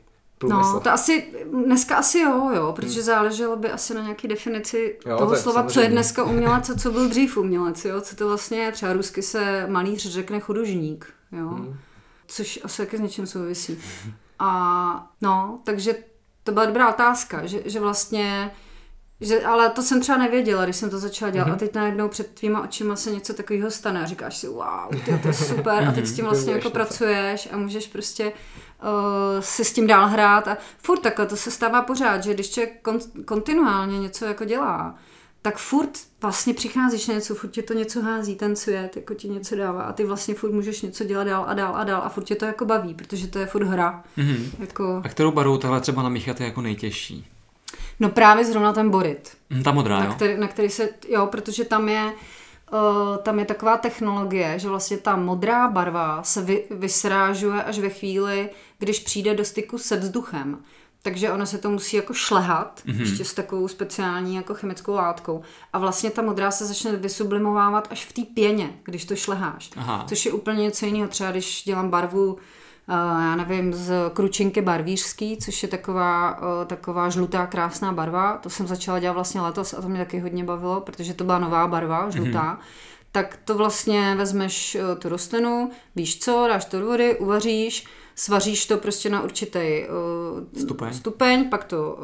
průmysl. No, to asi, dneska asi jo, jo, protože hmm. záleželo by asi na nějaký definici jo, toho slova, samozřejmě. Co je dneska umělec a co byl dřív umělec, jo, co to vlastně je, třeba rusky se malíř řekne chudožník, jo, hmm. což asi taky s něčím souvisí. A no, takže to byla dobrá otázka, že, že vlastně, že, ale to jsem třeba nevěděla, když jsem to začala dělat mm-hmm. a teď najednou před tvýma očima se něco takového stane a říkáš si, wow, ty, to je super a teď s tím vlastně jako pracuješ a můžeš prostě uh, si s tím dál hrát a furt takhle to se stává pořád, že když člověk kon- kontinuálně něco jako dělá, tak furt vlastně přicházíš na něco, furt tě to něco hází, ten svět, jako ti něco dává a ty vlastně furt můžeš něco dělat dál a dál a dál a furt tě to jako baví, protože to je furt hra. Mm-hmm. Jako... A kterou barvu tohle třeba namíchat je jako nejtěžší? No právě zrovna ten borit. Mm, ta modrá, na jo? Který, na který se, jo, protože tam je, uh, tam je taková technologie, že vlastně ta modrá barva se vy, vysrážuje až ve chvíli, když přijde do styku se vzduchem. Takže ono se to musí jako šlehat, mm-hmm. ještě s takovou speciální jako chemickou látkou. A vlastně ta modrá se začne vysublimovávat až v té pěně, když to šleháš. Aha. Což je úplně něco jiného. Třeba když dělám barvu, uh, já nevím, z kručinky barvířský, což je taková, uh, taková žlutá krásná barva. To jsem začala dělat vlastně letos a to mě taky hodně bavilo, protože to byla nová barva, žlutá. Mm-hmm. Tak to vlastně vezmeš uh, tu rostlinu, víš co, dáš to do vody, uvaříš, svaříš to prostě na určitý uh, stupeň. stupeň, pak to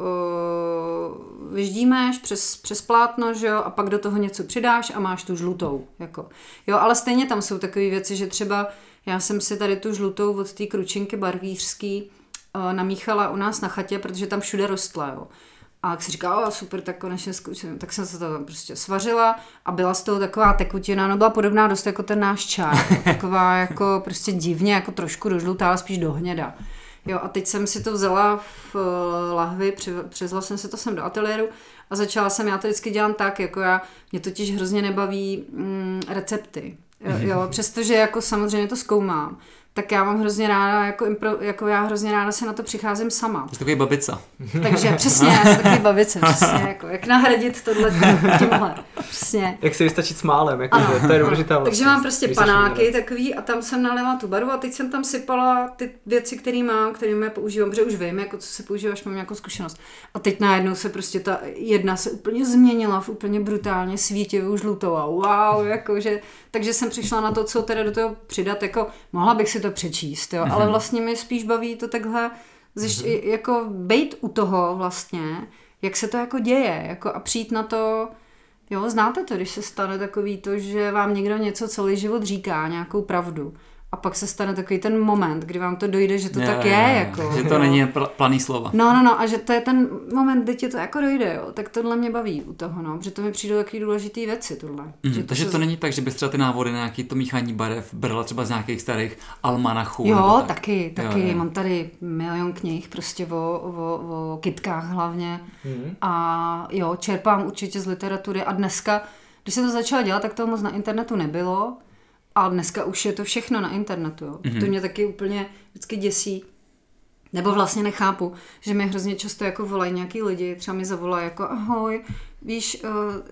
uh, vyždímeš přes, přes plátno, že jo, a pak do toho něco přidáš a máš tu žlutou, jako. Jo, ale stejně tam jsou takové věci, že třeba já jsem si tady tu žlutou od té kručinky barvířský uh, namíchala u nás na chatě, protože tam všude rostla, jo. A jak si říkala, o, super, tak konečně zkusím, tak jsem se to tam prostě svařila a byla z toho taková tekutina, no byla podobná dost jako ten náš čaj, taková jako prostě divně, jako trošku dožlutá, ale spíš do hněda. Jo, a teď jsem si to vzala v lahvi, přizla jsem se to sem do ateliéru a začala jsem, já to vždycky dělám tak, jako já, mě totiž hrozně nebaví mm, recepty, jo, jo, přestože jako samozřejmě to zkoumám. Tak já mám hrozně ráda, jako, impro, jako já hrozně ráda se na to přicházím sama. Jsi takový babica. Takže přesně, já jsem takový babice, přesně, jako, jak nahradit tohle tímhle, přesně. Jak si vystačit s málem, jako, že, to je důležitá vlastně. Takže mám prostě panáky takový a tam jsem nalila tu barvu a teď jsem tam sypala ty věci, které mám, kterými já používám, protože už vím, jako, co se používáš, mám nějakou zkušenost. A teď najednou se prostě ta jedna se úplně změnila v úplně brutálně svítivou žlutou a wow, jako, že, takže jsem přišla na to, co teda do toho přidat, jako mohla bych si to přečíst, jo, mm-hmm. ale vlastně mi spíš baví to takhle zjišť, mm-hmm. jako bejt u toho vlastně, jak se to jako děje, jako a přijít na to, jo, znáte to, když se stane takový to, že vám někdo něco celý život říká, nějakou pravdu. A pak se stane takový ten moment, kdy vám to dojde, že to je, tak je, je, jako. Že to jo. není pl- planý slova. No, no, no, a že to je ten moment, kdy ti to jako dojde, jo. Tak tohle mě baví u toho, no, protože to mi přijdou takový důležitý věci, tohle. Mm, že to takže se... to není tak, že bys třeba ty návody na nějaký to míchání barev brala třeba z nějakých starých almanachů. Jo, tak. taky, taky. Jo, jo. Mám tady milion knih prostě o, o, o kytkách hlavně. Mm. A jo, čerpám určitě z literatury a dneska, když jsem to začala dělat, tak toho moc na internetu nebylo. A dneska už je to všechno na internetu, jo. Mm-hmm. To mě taky úplně vždycky děsí. Nebo vlastně nechápu, že mi hrozně často jako volají nějaký lidi, třeba mi zavolají jako ahoj, víš,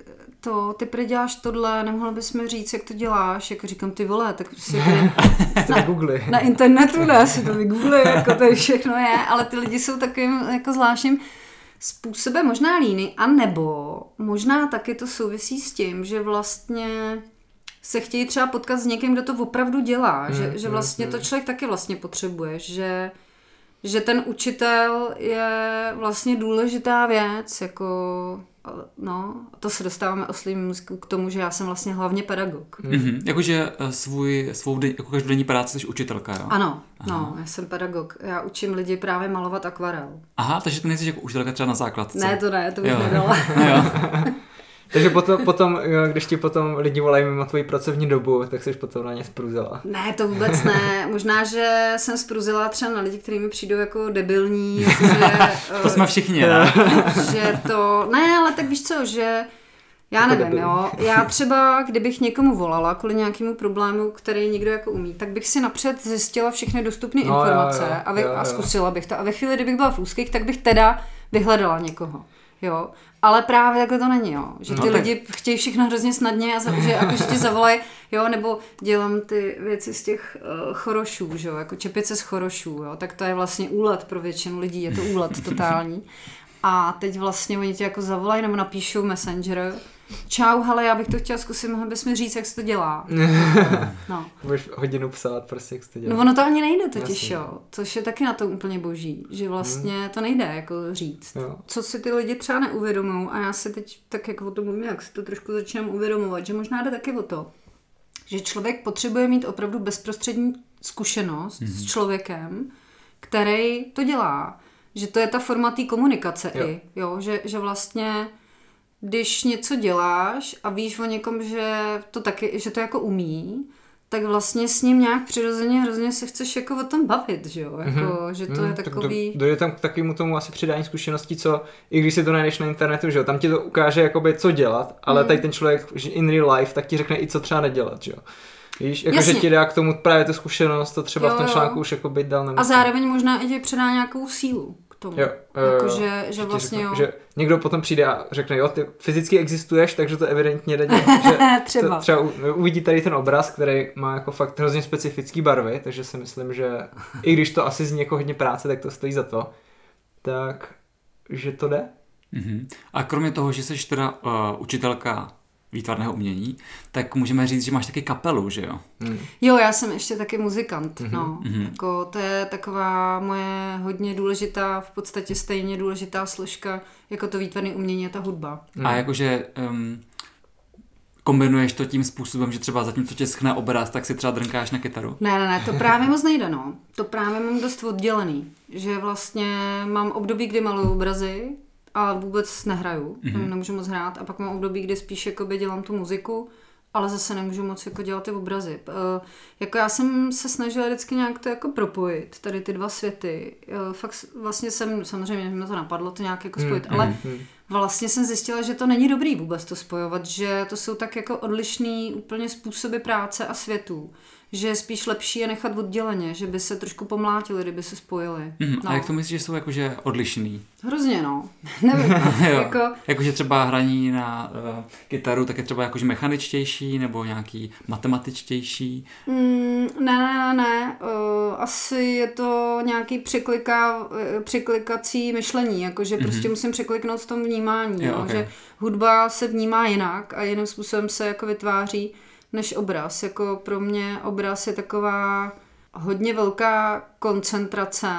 to, ty prý děláš tohle, nemohla bys mi říct, jak to děláš, jako říkám, ty vole, tak si na, na internetu, ne, si to vygoogli, jako tady všechno je, ale ty lidi jsou takovým jako zvláštním způsobem možná líny, anebo možná taky to souvisí s tím, že vlastně se chtějí třeba potkat s někým, kdo to opravdu dělá, hmm, že, že vlastně hmm, to člověk taky vlastně potřebuje, že, že ten učitel je vlastně důležitá věc, jako no, to se dostáváme oslým k tomu, že já jsem vlastně hlavně pedagog. Mm-hmm. Jakože svůj, svou den, jako každodenní práci jsi učitelka, jo? Ano, Aha. no, já jsem pedagog. Já učím lidi právě malovat akvarel. Aha, takže ty nejsi jako učitelka třeba na základce. Ne, to ne, to bych nedala. Takže potom, potom, když ti potom lidi volají mimo tvoji pracovní dobu, tak jsi potom na ně spruzila. Ne, to vůbec ne. Možná, že jsem spruzila třeba na lidi, kteří mi přijdou jako debilní. Že, to jsme všichni, ne? Že to... Ne, ale tak víš co, že... Já jako nevím, debil. Jo. Já třeba, kdybych někomu volala kvůli nějakému problému, který někdo jako umí, tak bych si napřed zjistila všechny dostupné no, informace jo, jo, a, vy, jo, jo. a zkusila bych to. A ve chvíli, kdybych byla v úzkých, tak bych teda vyhledala někoho. jo. Ale právě takhle to není, jo. Že ty no, lidi tak... chtějí všechno hrozně snadně a za, že jako, že ti zavolají, jo, nebo dělám ty věci z těch uh, chorošů, že jo, jako čepice z chorošů, jo, tak to je vlastně úlet pro většinu lidí, je to úlet totální. A teď vlastně oni ti jako zavolají nebo napíšou Messenger. Čau, hele, já bych to chtěla zkusit, mohl bys mi říct, jak se to dělá. No. Můžeš hodinu psát prostě, jak se to dělá. No ono to ani nejde totiž, jo. Což je taky na to úplně boží, že vlastně hmm. to nejde jako říct. Jo. Co si ty lidi třeba neuvědomují a já si teď tak jako o tom mluvím, jak si to trošku začínám uvědomovat, že možná jde taky o to, že člověk potřebuje mít opravdu bezprostřední zkušenost hmm. s člověkem, který to dělá. Že to je ta forma té komunikace jo. i, jo, že, že vlastně když něco děláš a víš o někom, že to taky, že to jako umí, tak vlastně s ním nějak přirozeně hrozně se chceš jako o tom bavit, že jo, jako, mm-hmm. že to mm, je takový... Tak dojde tam k takovému tomu asi přidání zkušeností, co, i když si to najdeš na internetu, že jo, tam ti to ukáže jakoby co dělat, ale mm. tady ten člověk in real life, tak ti řekne i co třeba nedělat, že jo. Víš, jakože ti dá k tomu právě tu zkušenost, to třeba jo, v tom článku jo. už jako byt dal nemyslím. A zároveň možná i ti předá nějakou sílu k tomu. Jo, jako, že, že vlastně řekne, jo. Že někdo potom přijde a řekne, jo, ty fyzicky existuješ, takže to evidentně jde dělat. Že třeba. To, třeba uvidí tady ten obraz, který má jako fakt hrozně specifický barvy, takže si myslím, že i když to asi zní jako hodně práce, tak to stojí za to. Tak, že to jde. Mm-hmm. A kromě toho, že jsi teda uh, učitelka výtvarného umění, tak můžeme říct, že máš taky kapelu, že jo? Mm. Jo, já jsem ještě taky muzikant, mm-hmm. no. Mm-hmm. Jako, to je taková moje hodně důležitá, v podstatě stejně důležitá složka, jako to výtvarné umění a ta hudba. Mm. A jakože um, kombinuješ to tím způsobem, že třeba zatímco tě schne obraz, tak si třeba drnkáš na kytaru? Ne, ne, ne, to právě moc nejde, no. To právě mám dost oddělený, že vlastně mám období, kdy maluju obrazy, a vůbec nehraju, mm-hmm. nemůžu moc hrát a pak mám období, kdy spíš jakoby dělám tu muziku, ale zase nemůžu moc jako dělat ty obrazy. E, jako já jsem se snažila vždycky nějak to jako propojit, tady ty dva světy. E, fakt vlastně jsem, samozřejmě mi to napadlo to nějak jako spojit, mm-hmm. ale vlastně jsem zjistila, že to není dobrý vůbec to spojovat, že to jsou tak jako odlišný úplně způsoby práce a světů. Že je spíš lepší je nechat odděleně, že by se trošku pomlátili, kdyby se spojili. Mm, no. A jak to myslíš, že jsou jakože odlišný? Hrozně, no. Nevím. jako... jakože třeba hraní na uh, kytaru, tak je třeba jakože mechaničtější nebo nějaký matematičtější? Mm, ne, ne, ne. Uh, asi je to nějaký překlika, uh, překlikací myšlení, jakože mm-hmm. prostě musím překliknout v tom vnímání. Jo, no? Okay. Že hudba se vnímá jinak a jiným způsobem se jako vytváří než obraz. Jako pro mě obraz je taková hodně velká koncentrace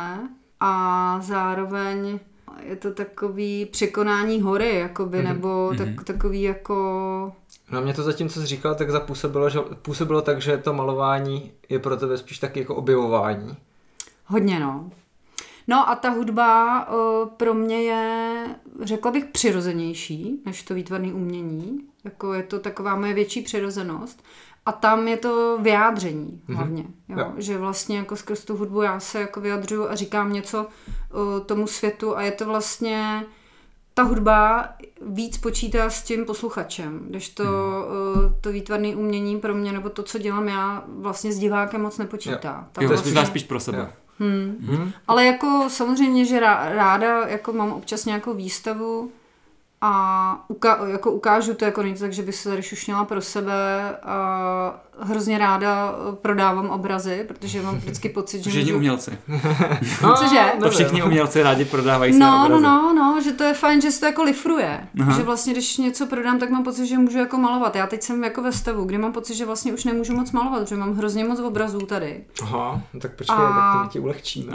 a zároveň je to takový překonání hory, jakoby, mm-hmm. nebo tak, mm-hmm. takový jako... No mě to zatím, co jsi říkal, tak zapůsobilo, že působilo tak, že to malování je pro tebe spíš taky jako objevování. Hodně, no. No a ta hudba uh, pro mě je, řekla bych, přirozenější než to výtvarné umění. Jako je to taková moje větší přirozenost. A tam je to vyjádření hlavně. Mm-hmm. Jo? Že vlastně jako skrz tu hudbu já se jako vyjadřuju a říkám něco uh, tomu světu a je to vlastně... Ta hudba víc počítá s tím posluchačem, když to, mm. to výtvarné umění pro mě, nebo to, co dělám já, vlastně s divákem moc nepočítá. Jo, jo vlastně... spíš pro sebe. Hmm. Hmm. Ale jako samozřejmě, že ráda jako mám občas nějakou výstavu a uka- jako ukážu to, jako není to tak, že bych se tady šušněla pro sebe a hrozně ráda prodávám obrazy, protože mám vždycky pocit, že všichni můžu... umělci. No, cože? To všichni umělci rádi prodávají své no, obrazy. No, no, no, že to je fajn, že se to jako lifruje. Aha. Že vlastně, když něco prodám, tak mám pocit, že můžu jako malovat. Já teď jsem jako ve stavu, kdy mám pocit, že vlastně už nemůžu moc malovat, protože mám hrozně moc obrazů tady. Aha, no tak počkej, a... tak to mi ti ulehčíme.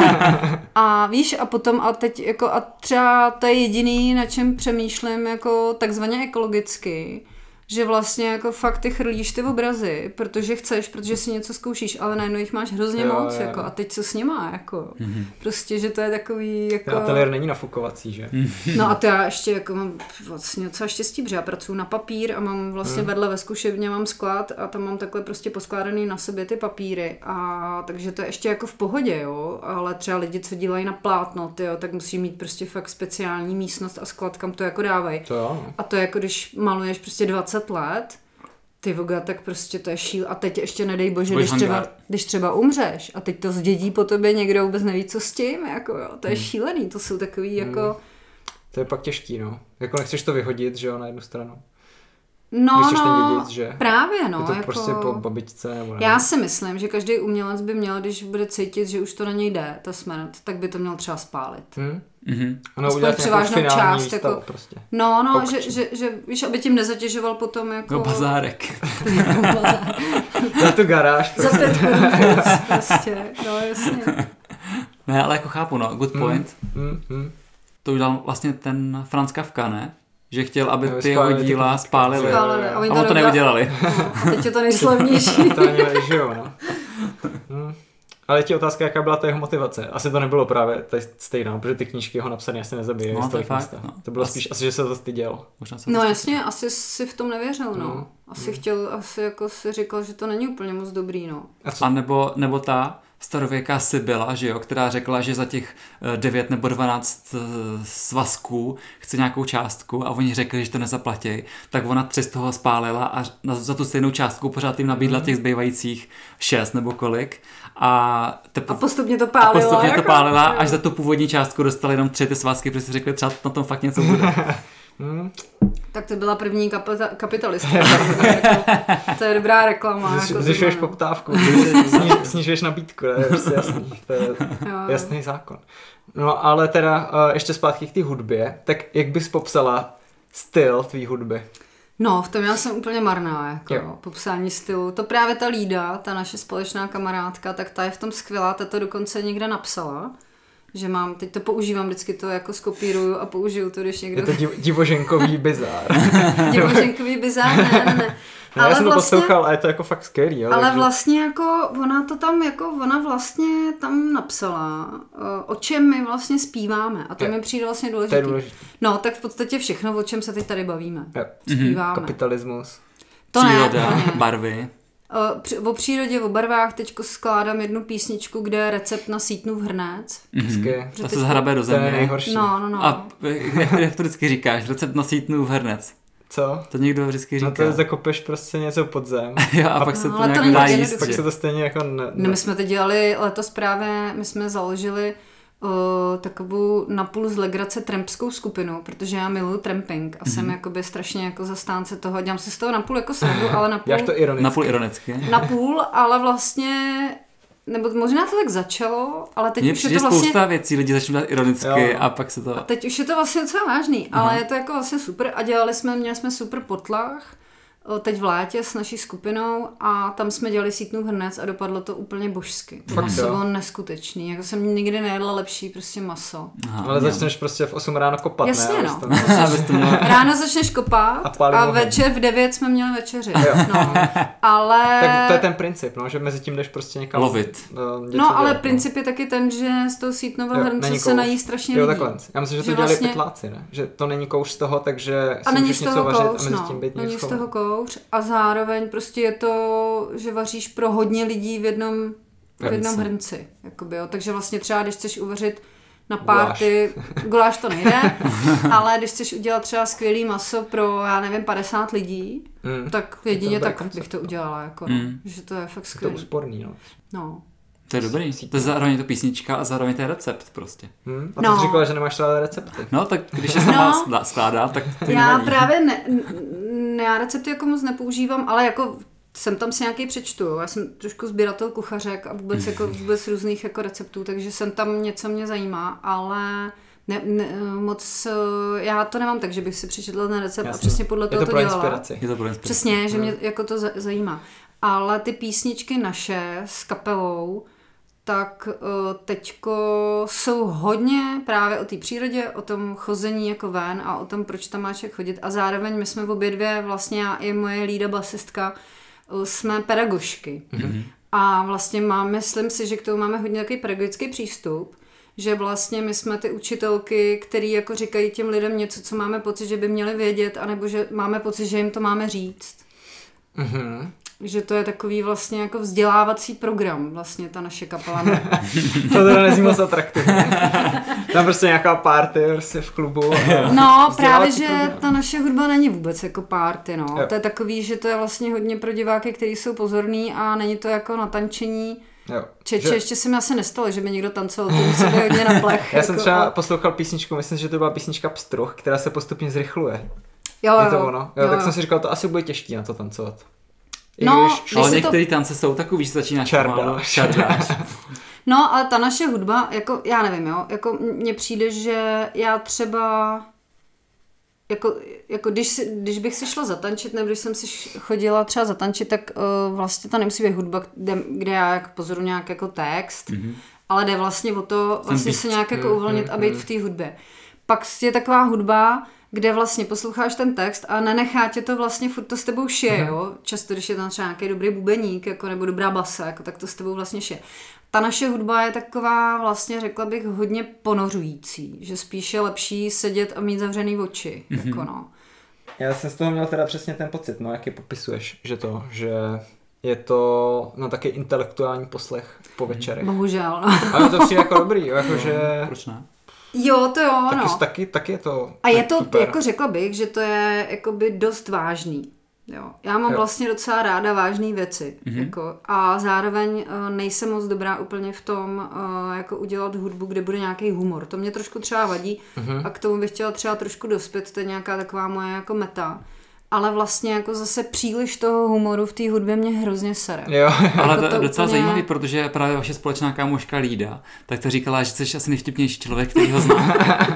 A víš, a potom a teď jako a třeba to je jediný, na čem přemýšlím jako takzvaně ekologicky, že vlastně jako fakt ty chrlíš ty obrazy, protože chceš, protože si něco zkoušíš, ale najednou jich máš hrozně jo, moc, jo. Jako, a teď co s nima, jako, mm-hmm. prostě, že to je takový, jako... Ten ateliér není nafukovací, že? No a to já ještě jako mám vlastně docela štěstí, protože já pracuji na papír a mám vlastně mm. vedle ve zkušebně mám sklad a tam mám takhle prostě poskládaný na sobě ty papíry a takže to je ještě jako v pohodě, jo, ale třeba lidi, co dělají na plátno, tyjo, tak musí mít prostě fakt speciální místnost a sklad, kam to jako dávají. To jo. A to je jako když maluješ prostě dvacet let, ty voga, tak prostě to je šíl. A teď ještě nedej bože, když třeba, když třeba umřeš a teď to zdědí po tobě někdo vůbec neví, co s tím, jako jo, to je šílený, to jsou takový jako... To je pak těžký, no. Jako nechceš to vyhodit, že jo, na jednu stranu. No, Když no, ten dědic, že? právě, no. Je to jako... prostě po babičce, nebo nevím. Já si myslím, že každý umělec by měl, když bude cítit, že už to na něj jde, ta smrt, tak by to měl třeba spálit. Hmm? Mm-hmm. Ano, udělat převážnou část, výstavu, jako... prostě. No, no, že, že, že, víš, aby tím nezatěžoval potom jako... No, bazárek. Za tu garáž. Prostě. Za pět prostě, no jasně. Ne, ale jako chápu, no, good point. Mm, mm, mm. To udělal vlastně ten Franz Kafka, ne? Že chtěl, aby no, ty jeho díla spálili. spálili. A, a on to neudělali. No, a teď je to nejslavnější. To ani nežijou, no. Hmm. Ale ti otázka, jaká byla ta jeho motivace. Asi to nebylo právě stejná, protože ty knížky ho napsané asi nezabíjejí. No, to, fakt, no. To bylo asi... spíš asi, že se to styděl. No jasně, asi si v tom nevěřil, no. no. Asi hmm. chtěl, asi jako si říkal, že to není úplně moc dobrý, no. A, a nebo, nebo ta starověká Sibyla, že jo, která řekla, že za těch devět nebo dvanáct svazků chce nějakou částku a oni řekli, že to nezaplatí, tak ona tři z toho spálila a za tu stejnou částku pořád jim nabídla těch zbývajících šest nebo kolik. A, tepo... a postupně to pálila. A postupně jako... to pálila, až za tu původní částku dostali jenom tři ty svazky, protože si řekli, třeba na tom fakt něco bude. Hmm. Tak to byla první kapita- kapitalistka. jako, to je dobrá reklama. Zvyš, jako zvyšuješ zrovna. poptávku, sniž, snižuješ nabídku, to je prostě jasný. To je jo, jasný zákon. No ale teda uh, ještě zpátky k té hudbě, tak jak bys popsala styl tvý hudby? No, v tom já jsem úplně marná, jako jo. popsání stylu. To právě ta Lída, ta naše společná kamarádka, tak ta je v tom skvělá, ta to dokonce někde napsala. Že mám, teď to používám, vždycky to jako skopíruju a použiju to, když někdo... Je to div, divoženkový bizár. Divoženkový bizár, ne, ne, ne. No, ale já jsem to vlastně, poslouchal a je to jako fakt skvělý. Jo, ale takže... vlastně jako ona to tam jako, ona vlastně tam napsala, o čem my vlastně zpíváme a to je, mi přijde vlastně důležitý. To je důležitý. No, tak v podstatě všechno, o čem se teď tady bavíme. Je. Zpíváme. Kapitalismus. To příroda, ne, barvy. O přírodě, o barvách teďko skládám jednu písničku, kde je recept na sítnův hrnec. Mm-hmm. To se zhrabe do země. To je nejhorší. No, no, no. A jak, jak to vždycky říkáš? Recept na sítnův hrnec. Co? To někdo vždycky říká. No to zakopeš prostě něco pod zem. Jo, a pak se no, to nějak to dá jíst. Pak se to stejně jako... Ne, ne. No, my jsme teď dělali letos právě, my jsme založili uh, takovou napůl z legrace trampskou skupinu, protože já miluju tramping a mm-hmm. jsem jakoby strašně jako zastánce toho, dělám si z toho napůl jako srandu, ale napůl... Jak to ironicky? Napůl ironicky. Napůl, ale vlastně... Nebo možná to tak začalo, ale teď Mně už je to vlastně... spousta věcí, lidi začnou dělat ironicky jo. a pak se to... A teď už je to vlastně docela vážný, Aha. ale je to jako vlastně super a dělali jsme, měli jsme super potlach, teď v létě s naší skupinou a tam jsme dělali sítnův hrnec a dopadlo to úplně božsky. To maso bylo neskutečný, jako jsem nikdy nejedla lepší prostě maso. Aha, ale jo. Začneš prostě v osm ráno kopat, jasně, ne? No. To... Ráno začneš kopat a, a večer v devět jsme měli večeři. No. Ale... Tak to je ten princip, no, že mezi tím jdeš prostě někam... Lovit. No, ale dělat, princip no. je taky ten, že z toho sítnového hrnce se nají strašně lidí. Jo, takhle. Já myslím, že to že dělali vlastně... pytláci, ne? Že to není kouř z toho, takže si můžeš něco vařit a mezi tím být není z toho kouř a zároveň prostě je to, že vaříš pro hodně lidí v jednom, v jednom hrnci. Jakoby, jo. Takže vlastně třeba, když chceš uvařit na párty, guláš to nejde, ale když chceš udělat třeba skvělý maso pro, já nevím, padesát lidí, mm. tak jedině tak koncept, bych to udělala. Jako, mm. že to je fakt skvělý. To je úsporný, no. no. To je dobrý. To je zároveň to písnička a zároveň to je recept prostě. Hmm. A ty no. jsi říkala, že nemáš ráda recepty. No, tak když je sama no. skládá, tak ty já nevadí. právě ne, ne, já recepty jako moc nepoužívám, ale jako jsem tam si nějaký přečtu. Já jsem trošku sběratel kuchařek a vůbec, jako, vůbec různých jako receptů, takže jsem tam něco mě zajímá, ale ne, ne, moc, já to nemám tak, že bych si přečetla ten recept Jasně. a přesně podle toho je to, to pro dělala. Inspiraci. Je to pro inspiraci. Přesně, že hmm. mě jako to zajímá. Ale ty písničky naše s kapelou, tak teďko jsou hodně právě o té přírodě, o tom chození jako ven a o tom, proč tam máš jak chodit. A zároveň my jsme obě dvě, vlastně já i moje Lída basistka, jsme pedagožky. Mm-hmm. A vlastně máme, myslím si, že k tomu máme hodně takový pedagogický přístup, že vlastně my jsme ty učitelky, který jako říkají těm lidem něco, co máme pocit, že by měli vědět, anebo že máme pocit, že jim to máme říct. Mm-hmm. Že to je takový vlastně jako vzdělávací program, vlastně ta naše kapela. To teda nezní moc atraktivně. Tam prostě nějaká party prostě v klubu. No právě, že program. Ta naše hudba není vůbec jako party, no. Jo. To je takový, že to je vlastně hodně pro diváky, kteří jsou pozorní a není to jako natančení, Jo. Čeče, že... ještě se mi asi nestalo, že by někdo tancoval, to musí být hodně na plech. Já jako, jsem třeba a... poslouchal písničku, myslím, že to byla písnička Pstruh, která se postupně zrychluje. Jo, je to jo, ono? Jo, jo, tak jo. jsem si říkal, to asi bude těžký na to tancovat. I no, když... Ale to... některé tance jsou takový, že začíná čardáš. No, ale ta naše hudba, jako, já nevím, jo, jako mně přijde, že já třeba, jako, jako když, si, když bych si šla zatančit, nebo když jsem si chodila třeba zatančit, tak uh, vlastně ta nemusí být hudba, kde, kde já jako pozoru nějak jako text, mm-hmm. ale jde vlastně o to vlastně se nějak jako uvolnit a být v té hudbě. Pak je taková hudba, kde vlastně posloucháš ten text a nenechá tě to vlastně furt to s tebou šije, jo. Často, když je tam třeba nějaký dobrý bubeník, jako, nebo dobrá basa, jako, tak to s tebou vlastně šije. Ta naše hudba je taková, vlastně řekla bych, hodně ponořující, že spíš je lepší sedět a mít zavřený oči, mm-hmm. jako no. Já jsem z toho měl teda přesně ten pocit, no, jak je popisuješ, že to, že je to, no, taky intelektuální poslech po večerech. Bohužel, no. Ale to přijde jako dobrý, jakože... Proč ne? Jo, to jo, taky, no. Taky, taky je to a je to, super. jako řekla bych, že to je jakoby dost vážný. Jo. Já mám jo. vlastně docela ráda vážné věci. Mm-hmm. Jako, a zároveň uh, nejsem moc dobrá úplně v tom, uh, jako udělat hudbu, kde bude nějaký humor. To mě trošku třeba vadí mm-hmm. a k tomu bych chtěla třeba trošku dospět, to je nějaká taková moje jako meta. Ale vlastně jako zase příliš toho humoru v té hudbě mě hrozně sere. Jo. Ale to je to docela úplně... zajímavý, protože právě vaše společná kámoška Lída, tak to říkala, že jsi asi nejvtipnější člověk, který ho zná.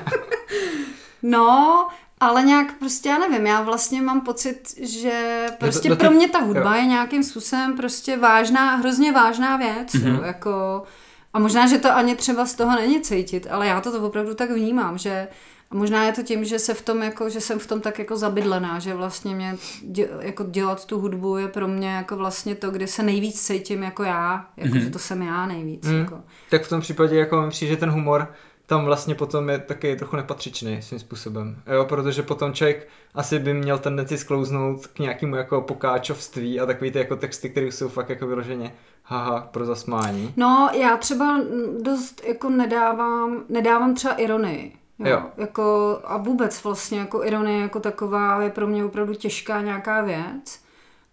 No, ale nějak prostě, já nevím, já vlastně mám pocit, že prostě do, do pro ty... mě ta hudba jo. je nějakým způsobem prostě vážná, hrozně vážná věc, mm-hmm. jo, jako... A možná, že to ani třeba z toho není cítit, ale já to, to opravdu tak vnímám, že a možná je to tím, že se v tom jako, že jsem v tom tak jako zabydlená, že vlastně mě dě, jako dělat tu hudbu je pro mě jako vlastně to, kde se nejvíc cítím jako já, jako mm-hmm. že to jsem já nejvíc. Mm. Jako. Tak v tom případě jako mi přijde, že ten humor tam vlastně potom je taky trochu nepatřičný svým způsobem, jo, protože potom člověk asi by měl tendenci sklouznout k nějakému jako pokáčovství a takový ty jako texty, které jsou fakt jako vyloženě haha, pro zasmání. No, já třeba dost jako nedávám, nedávám třeba ironii. Jo, jo. Jako, a vůbec vlastně jako ironie jako taková je pro mě opravdu těžká nějaká věc.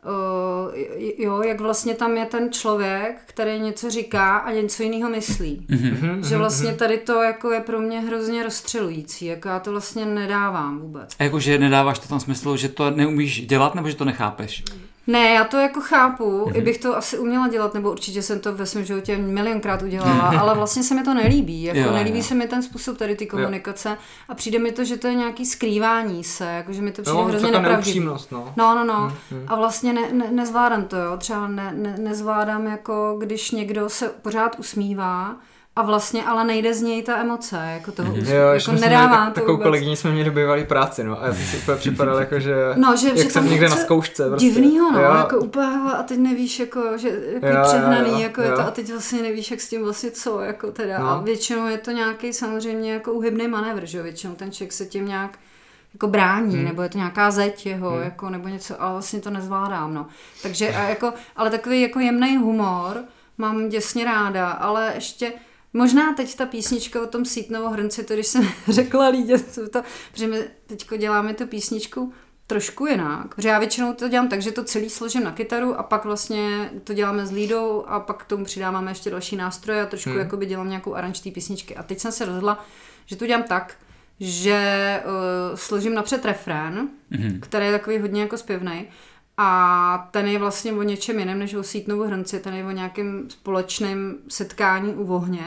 Uh, jo, jak vlastně tam je ten člověk, který něco říká a něco jiného myslí. Mm-hmm. Že vlastně tady to jako je pro mě hrozně rozstřelující, jako já to vlastně nedávám vůbec. A jakože nedáváš to v tom smyslu, že to neumíš dělat, nebo že to nechápeš? Ne, já to jako chápu, mm-hmm. i bych to asi uměla dělat, nebo určitě jsem to ve svém životě milionkrát udělala, ale vlastně se mi to nelíbí, jako jo, nelíbí jo. se mi ten způsob tady ty komunikace jo. a přijde mi to, že to je nějaký skrývání se, jako že mi to přijde no, hrozně nepravdivý. No, no, no, no. Mm-hmm. A vlastně ne, ne, nezvládám to, jo, třeba ne, ne, nezvládám jako, když někdo se pořád usmívá, a vlastně ale nejde z něj ta emoce, jako toho mm-hmm. úsměvu, jo, jako nedávám tak, to takovou vůbec. kolegyni jsme měli bývalý práci, no, a já jsem si úplně připadal jako, že, no, že jak že jsem někde na zkoušce. Prostě. Divnýho, no, jo. jako úplně, a teď nevíš, jako, že jako jo, přehnaný, jo, jako jo. je to, a teď vlastně nevíš, jak s tím vlastně co, jako teda, no. a většinou je to nějaký samozřejmě jako uhybný manévr, že jo, většinou ten člověk se tím nějak jako brání, hmm. nebo je to nějaká zeď jeho, hmm. jako, nebo něco, ale vlastně to nezvládám, no. Takže, a jako, ale takový jako jemný humor mám děsně ráda, ale ještě možná teď ta písnička o tom Sítnovo hrnci, to když jsem řekla Lídě, to, protože my teďko děláme tu písničku trošku jinak, protože já většinou to dělám tak, že to celý složím na kytaru a pak vlastně to děláme s Lídou a pak k tomu přidáváme ještě další nástroje a trošku hmm. jakoby dělám nějakou aranž té písničky. A teď jsem se rozhodla, že to dělám tak, že uh, složím napřed refrén, hmm. který je takový hodně jako zpěvnej. A ten je vlastně o něčem jiném než o Sítnovu hrnci, ten je o nějakém společném setkání u ohně.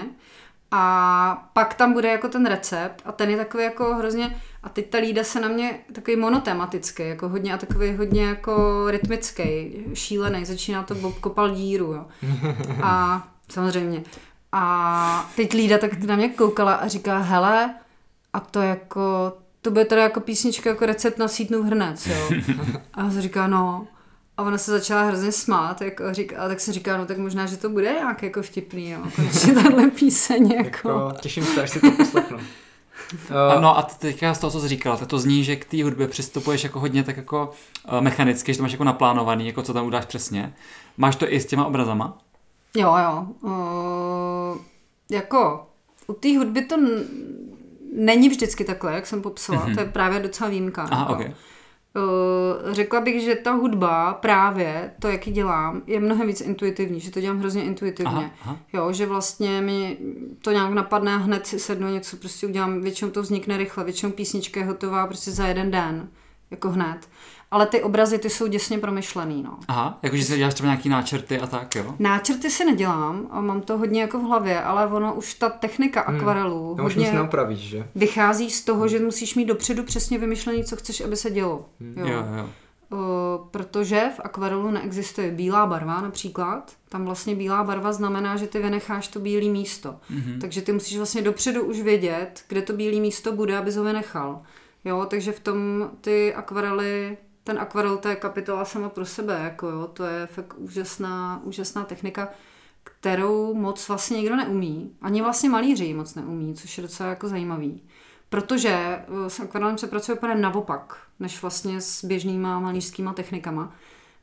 A pak tam bude jako ten recept a ten je takový jako hrozně, a teď ta Lída se na mě takový monotematický, jako hodně a takový hodně jako rytmický, šílený, začíná to Bob kopal díru, jo. A samozřejmě. A teď Lída tak na mě koukala a říká, hele, a to jako... to bude teda jako písnička, jako recept na Sítnův hrnec, jo. A já se říká, no. A ona se začala hrozně smát, jako, a, říká, a tak se říká, no tak možná, že to bude nějak jako vtipný, jo. Konečně tahle píseň, jako. jako těším se, až si to poslechnu. Uh, no a teďka z toho, co jsi říkala, to zní, že k té hudbě přistupuješ jako hodně tak jako uh, mechanicky, že to máš jako naplánovaný, jako co tam udáš přesně. Máš to i s těma obrazama? Jo, jo. Uh, jako u té hudby to n- není vždycky takhle, jak jsem popsala, mm-hmm. to je právě docela výjimka. Aha, jako. okay. Uh, řekla bych, že ta hudba právě, to, jak ji dělám, je mnohem víc intuitivní, že to dělám hrozně intuitivně. Aha, aha. Jo, že vlastně mi to nějak napadne a hned si sednu něco, prostě udělám, většinou to vznikne rychle, většinou písnička je hotová prostě za jeden den, jako hned. Ale ty obrazy, ty jsou děsně promyšlený, no. Aha, jakože si děláš třeba nějaký náčrty a tak, jo? Náčrty si nedělám a mám to hodně jako v hlavě, ale ono už ta technika akvarelu hmm. hodně neupravíš, že? vychází z toho, že musíš mít dopředu přesně vymyšlený, co chceš, aby se dělo. Hmm. Jo, jo. jo. Uh, protože v akvarelu neexistuje bílá barva například. Tam vlastně bílá barva znamená, že ty vynecháš to bílé místo. Mm-hmm. Takže ty musíš vlastně dopředu už vědět, kde to bílé místo bude, abys ho vynechal. Jo, takže v tom ty akvarely, ten akvarel, to je kapitola sama pro sebe, jako jo, to je fakt úžasná, úžasná technika, kterou moc vlastně nikdo neumí. Ani vlastně malíři ji moc neumí, což je docela jako zajímavý. Protože s akvarelem se pracuje úplně naopak, než vlastně s běžnýma malířskýma technikama.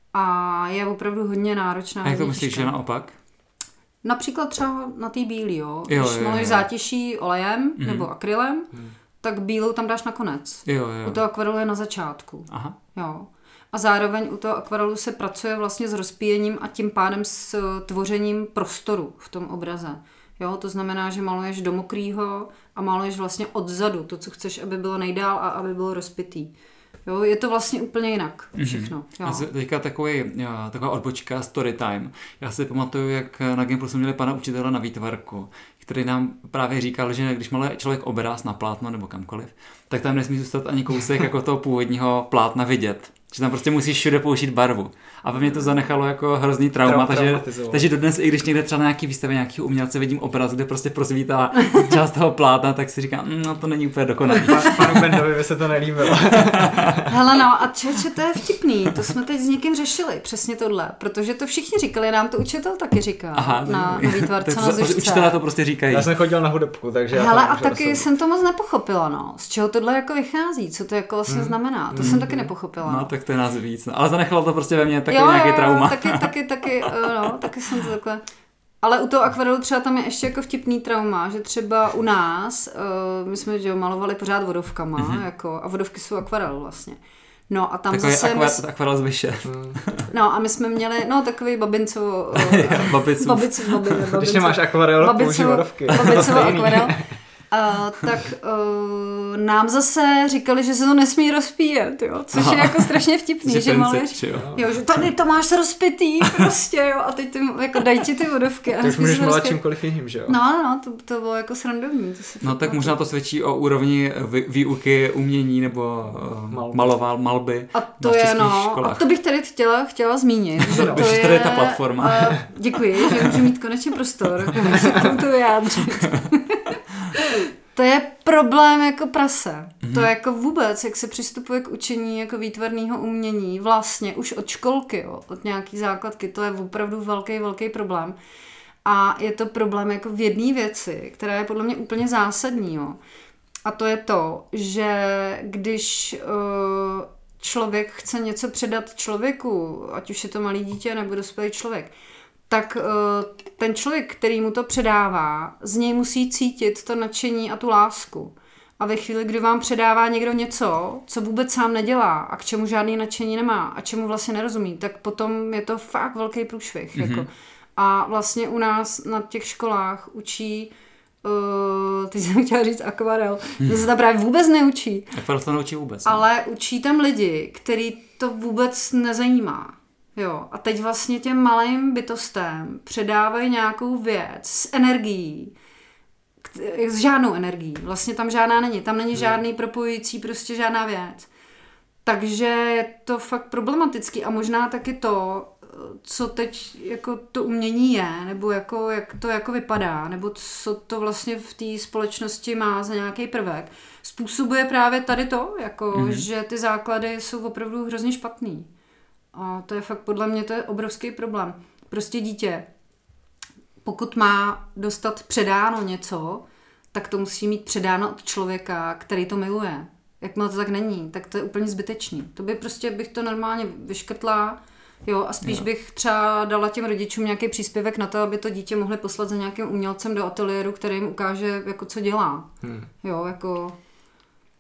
A je opravdu hodně náročná. A jak to myslíš, že naopak? Například třeba na té bílý, jo. jo Když maluješ zátiší olejem mm. nebo akrylem, mm. tak bílou tam dáš nakonec. Jo, jo. U toho akvarelu je na začátku. Aha. Jo. A zároveň u toho akvarelu se pracuje vlastně s rozpíjením a tím pádem s tvořením prostoru v tom obraze. Jo, to znamená, že maluješ do mokrýho a maluješ vlastně odzadu to, co chceš, aby bylo nejdál a aby bylo rozpitý. Jo, je to vlastně úplně jinak všechno. Jo. A teďka takový, taková odbočka story time. Já si pamatuju, jak na Gimplu jsme měli pana učitele na výtvarku, který nám právě říkal, že když maluje člověk obraz na plátno nebo kamkoliv, tak tam nesmí zůstat ani kousek jako toho původního plátna vidět. Že tam prostě musíš všude použít barvu. A ve mně to zanechalo jako hrozný trauma, takže, takže dodnes, i když někde třeba na nějaký výstavě nějakého umělce vidím obraz, kde prostě prozvítá část toho plátna, tak si říkám, no to není úplně dokonalý. Panu Bendovi by se to nelíbilo. Hele no, a čeče, to je vtipný, to jsme teď s někým řešili, přesně tohle, protože to všichni říkali, nám to učitel taky říká. Aha, na, na výtvarce, na zušce. Učitelé to prostě říkají. Já jsem chodil na hudebku, takže Hele, já a taky rozhodnout. Jsem to moc nepochopila, no. Z čeho tohle jako vychází, co to jako vlastně hmm. znamená, to hmm. jsem taky nepochopila. No, tak to je nás víc, no. Ale zanechalo to prostě ve mně takový jo, nějaký jo, trauma. taky, taky, taky, no, taky jsem to takhle. Ale u toho akvarelu třeba tam je ještě jako vtipný trauma, že třeba u nás, uh, my jsme že malovali pořád vodovkama, mm-hmm. jako, a vodovky jsou akvarel vlastně. No a tam takový zase... Takový akvar, akvarel z vyše. No a my jsme měli, no takový babincovo... Uh, babicův. Babicův, babin, babincovo. Když nemáš akvarel, použij vodovky. Babincovo akvarel. Uh, tak uh, nám zase říkali, že se to nesmí rozpíjet, jo, což Aha. je jako strašně vtipný, že, že maluješ, jo. jo, že tady to máš rozpitý, prostě, jo, a teď ty, jako daj ti ty vodovky. A teď můžeš malovat čímkoliv jiným, že jo? No, no, to, to bylo jako srandovní. To no tak možná to svědčí o úrovni výuky umění nebo uh, maloval, malby. A to je, no, školách. A to bych tady chtěla, chtěla zmínit, že to je... tady ta platforma. Uh, děkuji, že můžu mít konečně prostor, se k tomu to vyjádřit. To je problém jako prase. Mm-hmm. To je jako vůbec, jak se přistupuje k učení jako výtvarného umění, vlastně už od školky, jo, od nějaký základky, to je opravdu velký, velký problém. A je to problém jako v jedné věci, která je podle mě úplně zásadní, jo. A to je to, že když uh, člověk chce něco předat člověku, ať už je to malý dítě nebo dospělý člověk, tak ten člověk, který mu to předává, z něj musí cítit to nadšení a tu lásku. A ve chvíli, kdy vám předává někdo něco, co vůbec sám nedělá a k čemu žádný nadšení nemá a čemu vlastně nerozumí, tak potom je to fakt velký průšvih. Mm-hmm. Jako. A vlastně u nás na těch školách učí, uh, teď jsem chtěla říct akvarel, mm. to se tam právě vůbec neučí. Akvarel to neučí vůbec. Ne? Ale učí tam lidi, který to vůbec nezajímá. Jo, a teď vlastně těm malým bytostem předávají nějakou věc s energií, s žádnou energií. Vlastně tam žádná není. Tam není žádný propojující, prostě žádná věc. Takže je to fakt problematický a možná taky to, co teď jako to umění je, nebo jako, jak to jako vypadá, nebo co to vlastně v té společnosti má za nějaký prvek, způsobuje právě tady to, jako, mm-hmm. že ty základy jsou opravdu hrozně špatný. A to je fakt podle mě to je obrovský problém. Prostě dítě, pokud má dostat předáno něco, tak to musí mít předáno od člověka, který to miluje. Jakmile to tak není, tak to je úplně zbytečný. To by prostě bych to normálně vyškrtla, jo, a spíš jo. bych třeba dala těm rodičům nějaký příspěvek na to, aby to dítě mohli poslat za nějakým umělcem do ateliéru, který jim ukáže, jako co dělá. Hmm. Jo, jako...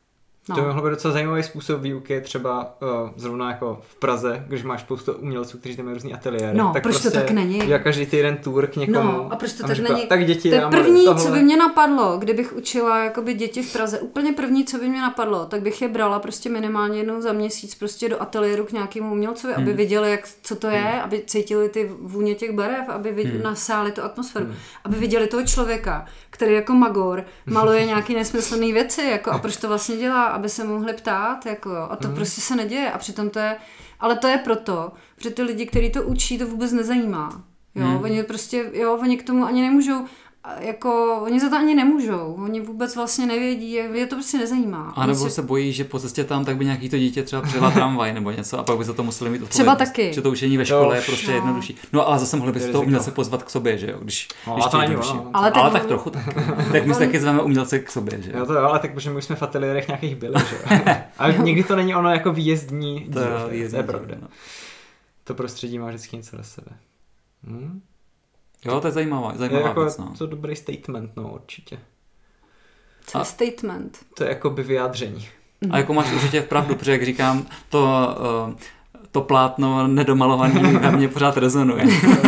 No. To by mohlo být docela zajímavý způsob výuky, třeba uh, zrovna jako v Praze, když máš spoustu umělců, kteří tam mají různý ateliéry. No, tak proč prostě to tak není? Já každý týden tour k někomu. No, a proč to a tak říkala, není? Tak děti, to je první, tohle. co by mě napadlo, kdybych učila jakoby děti v Praze. Úplně první, co by mě napadlo, tak bych je brala prostě minimálně jednou za měsíc prostě do ateliéru k nějakému umělcovi, hmm. aby viděli, jak, co to je, hmm. aby cítili ty vůně těch barev, aby viděli, hmm. nasáli tu atmosféru, hmm. aby viděli toho člověka, který jako magor maluje nějaký nesmyslné věci, jako a proč to vlastně dělá, aby se mohli ptát, jako jo. A to mm. prostě se neděje a přitom to je, ale to je proto, že ty lidi, kteří to učí, to vůbec nezajímá. Jo, mm. oni prostě, jo, oni k tomu ani nemůžou, jako, oni za to ani nemůžou, oni vůbec vlastně nevědí, je to prostě nezajímá. A nebo si... se bojí, že po cestě tam tak by nějaký to dítě třeba přijela tramvaj nebo něco a pak by za to museli mít třeba taky. Že to učení ve škole jo, je prostě no. jednodušší. No ale zase mohli by se toho umělce pozvat k sobě, že jo, když, no, když to není ono. Ale, ale tak trochu tak. Tak my taky zveme umělce k sobě, že jo. Jo to jo, ale tak protože my jsme v ateliérech nějakých byli, že jo. Ale nikdy to není ono jako výjezdní díl, to, je, to je pravda. No. To prostředí má vždycky něco do sebe. Hm? Jo, to je zajímavá, zajímavá je jako věc, no. To je dobrý statement, no určitě. Co je statement? To je jako by vyjádření. A jako máš určitě v pravdu, protože jak říkám, to, to plátno nedomalovaný ve mně pořád rezonuje.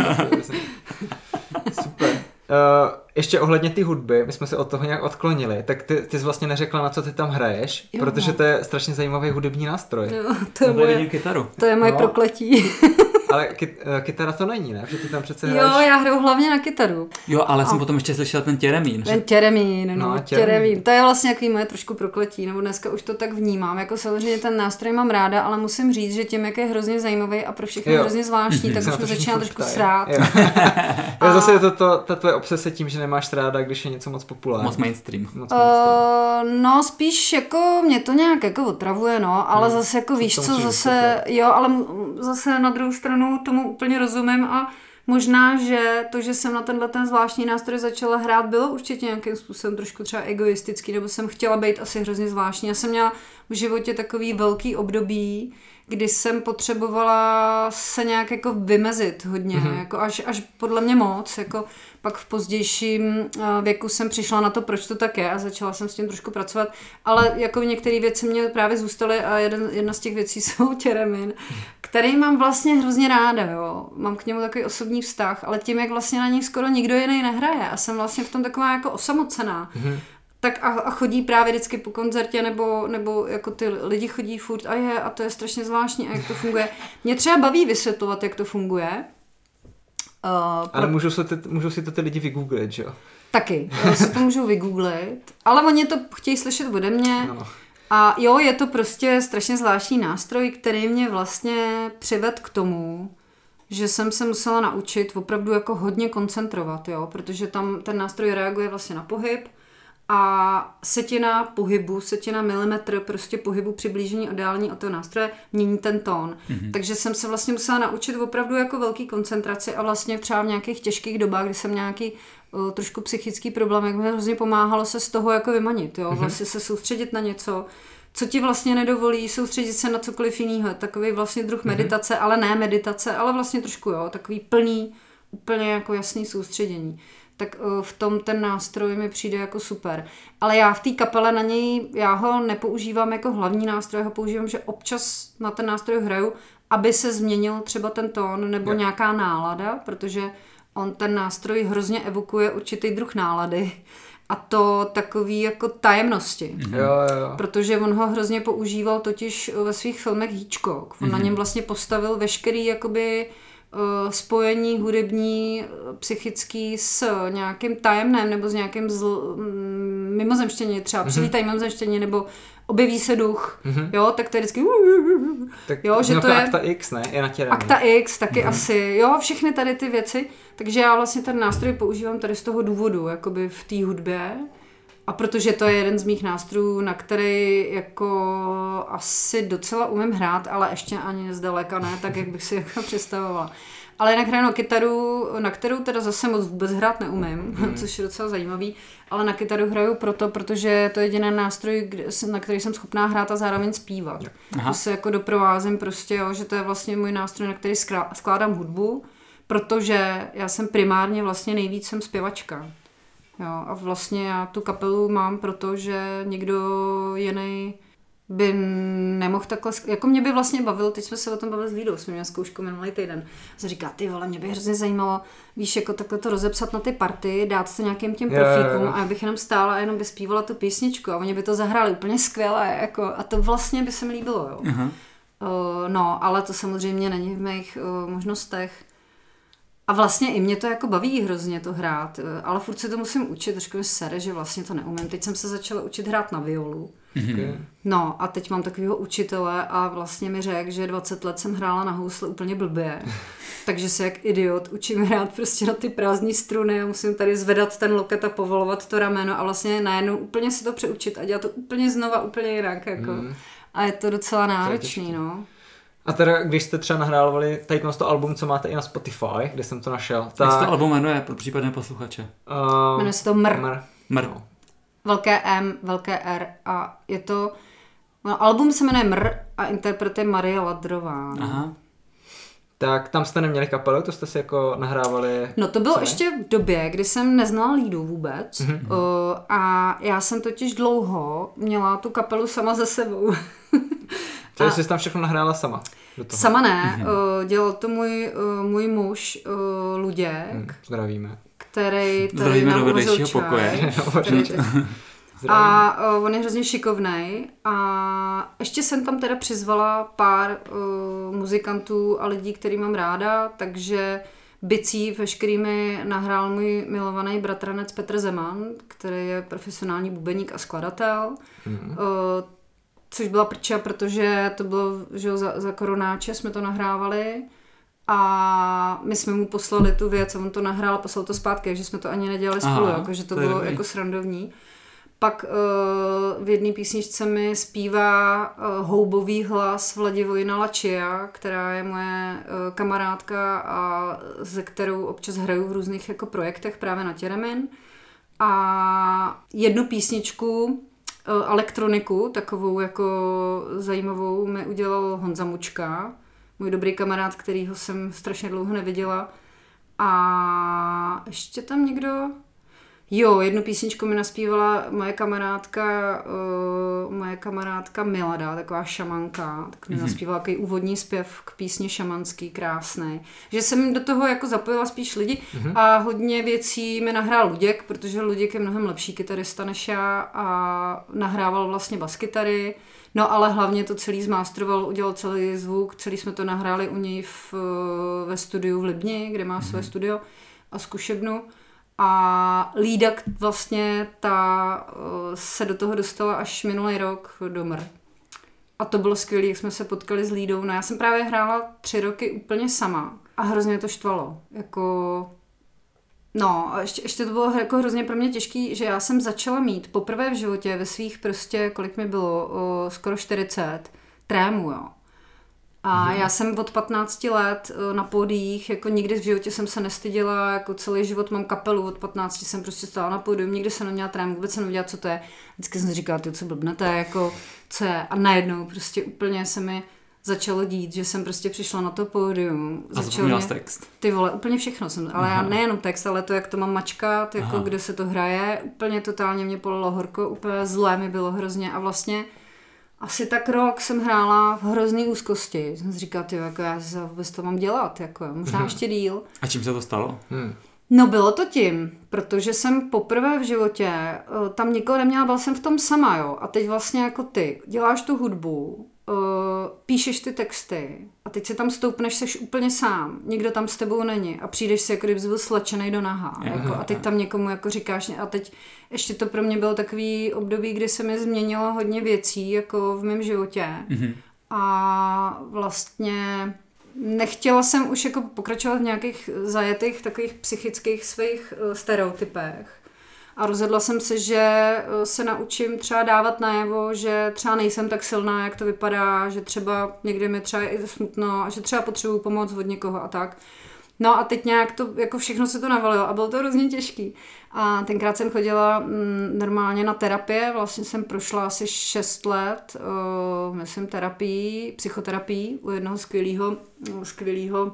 Super. Uh, ještě ohledně té hudby, my jsme se od toho nějak odklonili, tak ty, ty jsi vlastně neřekla, na co ty tam hraješ, jo, protože to je strašně zajímavý hudební nástroj. Jo, to, je moje, kytaru. To je moje no. prokletí. Ale ky, kytara to není, ne? Že ty tam přece hraješ... Jo, já hraju hlavně na kytaru. Jo, ale a... jsem potom ještě slyšela ten těremín. Ten těremín, no, no těremín. To je vlastně jaký moje trošku prokletí, nebo dneska už to tak vnímám. Jako samozřejmě ten nástroj mám ráda, ale musím říct, že tím, jak je hrozně zajímavý a pro všechny jo. hrozně zvláštní, tak už mi začíná trošku srát. Jo. a... jo, zase je to, to ta tvoje obsese tím, že nemáš ráda, když je něco moc populární. Moc mainstream. Moc mainstream. Uh, no spíš jako mě to nějak jako otravuje, no, ale hmm. zase jako víš co, zase, jo, ale zase na druhou stranu tomu úplně rozumím a možná, že to, že jsem na tenhle ten zvláštní nástroj začala hrát, bylo určitě nějakým způsobem trošku třeba egoistický, nebo jsem chtěla být asi hrozně zvláštní. Já jsem měla v životě takový velký období, kdy jsem potřebovala se nějak jako vymezit hodně, mm-hmm. jako až, až podle mě moc, jako pak v pozdějším věku jsem přišla na to, proč to tak je a začala jsem s tím trošku pracovat, ale jako některé věci mě právě zůstaly a jeden, jedna z těch věcí jsou těremin, který mám vlastně hrozně ráda, jo. Mám k němu takový osobní vztah, ale tím, jak vlastně na něj skoro nikdo jiný nehraje a jsem vlastně v tom taková jako osamocená, mm-hmm. tak a, a chodí právě vždycky po koncertě, nebo, nebo jako ty lidi chodí furt a je, a to je strašně zvláštní a jak to funguje. Mě třeba baví vysvětlovat, jak to funguje. Uh, ale pro... můžou, si ty, můžou si to ty lidi vygooglit, že jo? Taky, jo, si to můžou vygooglit, ale oni to chtějí slyšet ode mě. No. A jo, je to prostě strašně zvláštní nástroj, který mě vlastně přived k tomu, že jsem se musela naučit opravdu jako hodně koncentrovat, jo, protože tam ten nástroj reaguje vlastně na pohyb a setina pohybu, setina milimetr prostě pohybu přiblížení oddálení od toho nástroje mění ten tón. Mm-hmm. Takže jsem se vlastně musela naučit opravdu jako velký koncentraci a vlastně třeba v nějakých těžkých dobách, kdy jsem nějaký uh, trošku psychický problém, jak mi hrozně pomáhalo se z toho jako vymanit, jo, mm-hmm. vlastně se soustředit na něco, co ti vlastně nedovolí soustředit se na cokoliv jiného. Takový vlastně druh mm-hmm. meditace, ale ne meditace, ale vlastně trošku, jo, takový plný, úplně jako jasný soustředění. Tak v tom ten nástroj mi přijde jako super. Ale já v té kapele na něj, já ho nepoužívám jako hlavní nástroj, ho používám, že občas na ten nástroj hraju, aby se změnil třeba ten tón nebo yeah. nějaká nálada, protože on ten nástroj hrozně evokuje určitý druh nálady. A to takový jako tajemnosti. Mm-hmm. Jo, jo. Protože on ho hrozně používal totiž ve svých filmech Hitchcock. On mm-hmm. na něm vlastně postavil veškerý jakoby spojení hudební, psychický s nějakým tajemném nebo s nějakým zl... mimozemštění, třeba mm-hmm. přilítají mimozemštění nebo objeví se duch, mm-hmm. jo, tak to je vždycky tak jo, že to je Akta X, ne? Je na těremí. Akta X taky mm-hmm. asi, jo, všechny tady ty věci, takže já vlastně ten nástroj používám tady z toho důvodu, jakoby v té hudbě. A protože to je jeden z mých nástrojů, na který jako asi docela umím hrát, ale ještě ani zdaleka ne, tak jak bych si jako představovala. Ale jinak hraju na kytaru, na kterou teda zase moc vůbec hrát neumím, mm. což je docela zajímavý, ale na kytaru hraju proto, protože to je jediný nástroj, na který jsem schopná hrát a zároveň zpívat. To se jako doprovázím prostě, jo, že to je vlastně můj nástroj, na který skládám hudbu, protože já jsem primárně vlastně nejvíc jsem zpěvačka. Jo, a vlastně já tu kapelu mám proto, že někdo jiný by nemohl takhle, jako mě by vlastně bavilo, teď jsme se o tom bavili s Lídou, jsme měli zkoušku minulý týden. A se říká, ty vole, mě by hrozně zajímalo, víš, jako takhle to rozepsat na ty party, dát to nějakým těm profíkům a já bych jenom stála a jenom by zpívala tu písničku a oni by to zahráli úplně skvěle, jako, a to vlastně by se mi líbilo, jo. Uh-huh. Uh, no, ale to samozřejmě není v mých uh, možnostech. A vlastně i mě to jako baví hrozně to hrát, ale furt se to musím učit, trošku mi sere, že vlastně to neumím. Teď jsem se začala učit hrát na violu. Mm-hmm. No a teď mám takového učitele a vlastně mi řekl, že dvacet let jsem hrála na housle úplně blbě. Takže se jak idiot učím hrát prostě na ty prázdné struny a musím tady zvedat ten loket a povolovat to rameno a vlastně najednou úplně si to přeučit a dělat to úplně znova, úplně jinak. Jako. Mm. A je to docela náročný, no. A teda, když jste třeba nahrávali tady to album, co máte i na Spotify, kde jsem to našel. Tak... Jak se to album jmenuje pro případné posluchače? Uh, jmenuje se to Mr. Mr. Mr. No. Velké M, velké R a je to... No, album se jmenuje Mr. a interpret je Marie Ladrová. Aha. Tak tam jste neměli kapelu, to jste si jako nahrávali... No to bylo co ještě v době, kdy jsem neznala Lídu vůbec. Mm-hmm. Uh, a já jsem totiž dlouho měla tu kapelu sama ze sebou. Takže jsi tam všechno nahrála sama? Sama ne, mm-hmm. uh, dělal to můj, uh, můj muž uh, Luděk. Mm, zdravíme. Který tady zdravíme nám do vedlejšího pokoje. A uh, on je hrozně šikovnej a ještě jsem tam teda přizvala pár uh, muzikantů a lidí, který mám ráda, takže bicí veškerými nahrál můj milovaný bratranec Petr Zeman, který je profesionální bubeník a skladatel. Mm-hmm. Uh, což byla prča, protože to bylo, že za, za koronáče jsme to nahrávali a my jsme mu poslali tu věc a on to nahrál a poslal to zpátky, takže jsme to ani nedělali spolu, Aha, jako, že to, to bylo jako srandovní. Pak uh, v jedné písničce mi zpívá uh, houbový hlas Vladivojina Lačia, která je moje uh, kamarádka a se kterou občas hraju v různých jako projektech právě na Těremin. A jednu písničku, uh, elektroniku, takovou jako zajímavou, mi udělal Honza Mučka, můj dobrý kamarád, kterýho jsem strašně dlouho neviděla. A ještě tam někdo... Jo, jednu písničku mi naspívala moje kamarádka, uh, moje kamarádka Milada, taková šamanka, tak mi mm-hmm. naspívala takový úvodní zpěv k písni šamanský, krásný. Že jsem do toho jako zapojila spíš lidi mm-hmm. a hodně věcí mi nahrál Luděk, protože Luděk je mnohem lepší kytarista než já a nahrával vlastně baskytary, no ale hlavně to celý zmástroval, udělal celý zvuk, celý jsme to nahráli u něj v, ve studiu v Libni, kde má mm-hmm. své studio a zkušebnu. A Lída vlastně ta se do toho dostala až minulý rok do Mr. A to bylo skvělé, jak jsme se potkali s Lídou. No já jsem právě hrála tři roky úplně sama a hrozně to štvalo. Jako... No a ještě, ještě to bylo jako hrozně pro mě těžký, že já jsem začala mít poprvé v životě ve svých prostě, kolik mi bylo, o, skoro čtyřicet, trému, jo. A hmm. já jsem od patnácti let na pódiích, jako nikdy v životě jsem se nestyděla, jako celý život mám kapelu, od patnácti jsem prostě stála na pódiu, nikdy jsem neměla trému, vůbec jsem nevěděla, co to je. Vždycky jsem říkala, ty co blbnete, jako co je. A najednou prostě úplně se mi začalo dít, že jsem prostě přišla na to pódium. A zapomněla text. Ty vole, úplně všechno jsem, ale Aha. já nejenom text, ale to, jak to mám mačkat, jako Aha. kde se to hraje, úplně totálně mě polilo horko, úplně zlé mi bylo hrozně a vlastně asi tak rok jsem hrála v hrozný úzkosti. Jsem si říkala, tyjo, jako já se vůbec to mám dělat, jako možná ještě díl. A čím se to stalo? Hmm. No bylo to tím, protože jsem poprvé v životě tam nikoho neměla, byl jsem v tom sama, jo. A teď vlastně jako ty děláš tu hudbu, píšeš ty texty a teď si tam stoupneš, seš úplně sám, nikdo tam s tebou není a přijdeš si, jako kdyby jsi byl slečenej do nahá. Jako, a teď tam někomu jako říkáš, a teď ještě to pro mě bylo takový období, kdy se mi změnilo hodně věcí jako v mém životě mm-hmm. a vlastně nechtěla jsem už jako pokračovat v nějakých zajetých takových psychických svých stereotypech. A rozhodla jsem se, že se naučím třeba dávat najevo, že třeba nejsem tak silná, jak to vypadá, že třeba někdy mi třeba je i smutno a že třeba potřebuju pomoc od někoho a tak. No a teď nějak to, jako všechno se to navalilo a bylo to hrozně těžký. A tenkrát jsem chodila mm, normálně na terapie, vlastně jsem prošla asi šest let, uh, myslím terapii, psychoterapii u jednoho skvělého, skvělého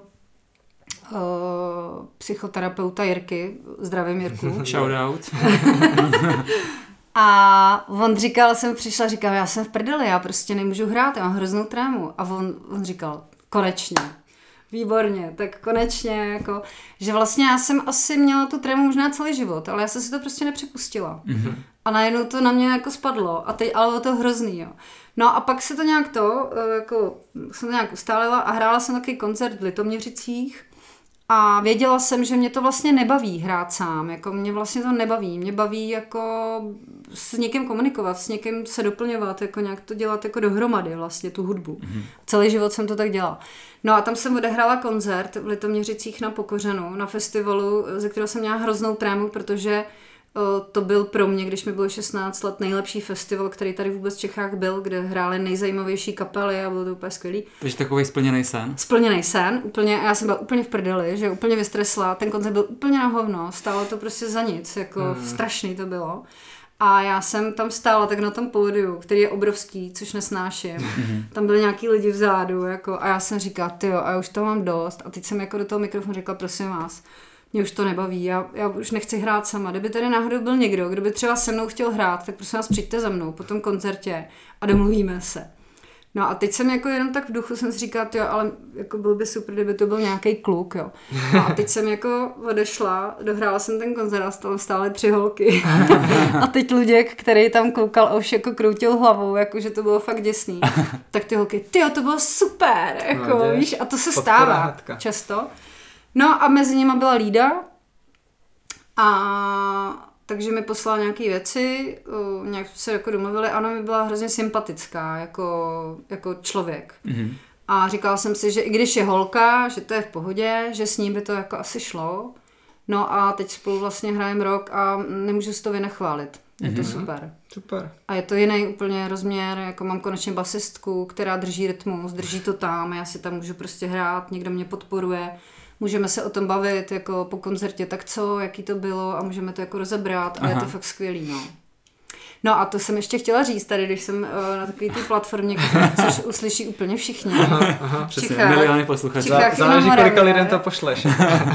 Uh, psychoterapeuta Jirky, zdravím Jirku. Shout out. A on říkal, jsem přišla, říkal, já jsem v prdeli, já prostě nemůžu hrát, já mám hroznou trému. A on, on říkal, konečně, výborně, tak konečně, jako, že vlastně já jsem asi měla tu trému možná celý život, ale já jsem si to prostě nepřipustila. Mm-hmm. A najednou to na mě jako spadlo, a teď, ale bylo to hrozný, jo. No a pak se to nějak to, jako, jsem to nějak ustálila a hrála jsem takový koncert v Litoměřicích a věděla jsem, že mě to vlastně nebaví hrát sám, jako mě vlastně to nebaví, mě baví jako s někým komunikovat, s někým se doplňovat, jako nějak to dělat jako dohromady vlastně tu hudbu. Mm-hmm. Celý život jsem to tak dělala. No a tam jsem odehrála koncert v Litoměřicích na Pokořenu, na festivalu, ze kterého jsem měla hroznou trému, protože to byl pro mě, když mi bylo šestnáct let, nejlepší festival, který tady vůbec v Čechách byl, kde hrály nejzajímavější kapely a bylo to úplně skvělý. Takže takový splněný sen? Splněný sen, úplně, já jsem byla úplně v prdeli, že úplně vystresla, ten koncert byl úplně na hovno, stálo to prostě za nic, jako hmm. strašný to bylo. A já jsem tam stála tak na tom pódiu, který je obrovský, což nesnáším. Mm-hmm. Tam byli nějaký lidi vzadu, jako, a já jsem říkala, tyjo, a já už toho mám dost. A teď jsem jako do toho mikrofonu řekla, prosím vás, mě už to nebaví, já, já už nechci hrát sama. Kdyby tady náhodou byl někdo, kdo by třeba se mnou chtěl hrát, tak prosím vás přijďte za mnou po tom koncertě a domluvíme se. No a teď jsem jako jenom tak v duchu jsem si říkala, jo, ale jako bylo by super, kdyby to byl nějaký kluk, jo. No a teď jsem jako odešla, dohrála jsem ten koncert a tam stále tři holky. A teď Luděk, který tam koukal a už jako kroutil hlavou, jako že to bylo fakt děsný. Tak ty holky, tyjo, to bylo super, jako no, víš, a to se stává často. No a mezi nimi byla Lída a takže mi poslala nějaké věci, nějak se jako domluvili a ona mi byla hrozně sympatická jako, jako člověk. Mm-hmm. A říkala jsem si, že i když je holka, že to je v pohodě, že s ní by to jako asi šlo. No a teď spolu vlastně hrajeme rok a nemůžu si to vynachválit. Je mm-hmm. to super. Super. A je to jiný úplně rozměr, jako mám konečně basistku, která drží rytmus, drží to tam, já si tam můžu prostě hrát, někdo mě podporuje. Můžeme se o tom bavit jako po koncertě, tak co, jaký to bylo a můžeme to jako rozebrat a Aha. je to fakt skvělý, no. No a to jsem ještě chtěla říct tady, když jsem uh, na takové té platformě, což uslyší úplně všichni. Aha, aha, přesně. Miliony posluchačů. Záleží, kolika lidem to pošleš.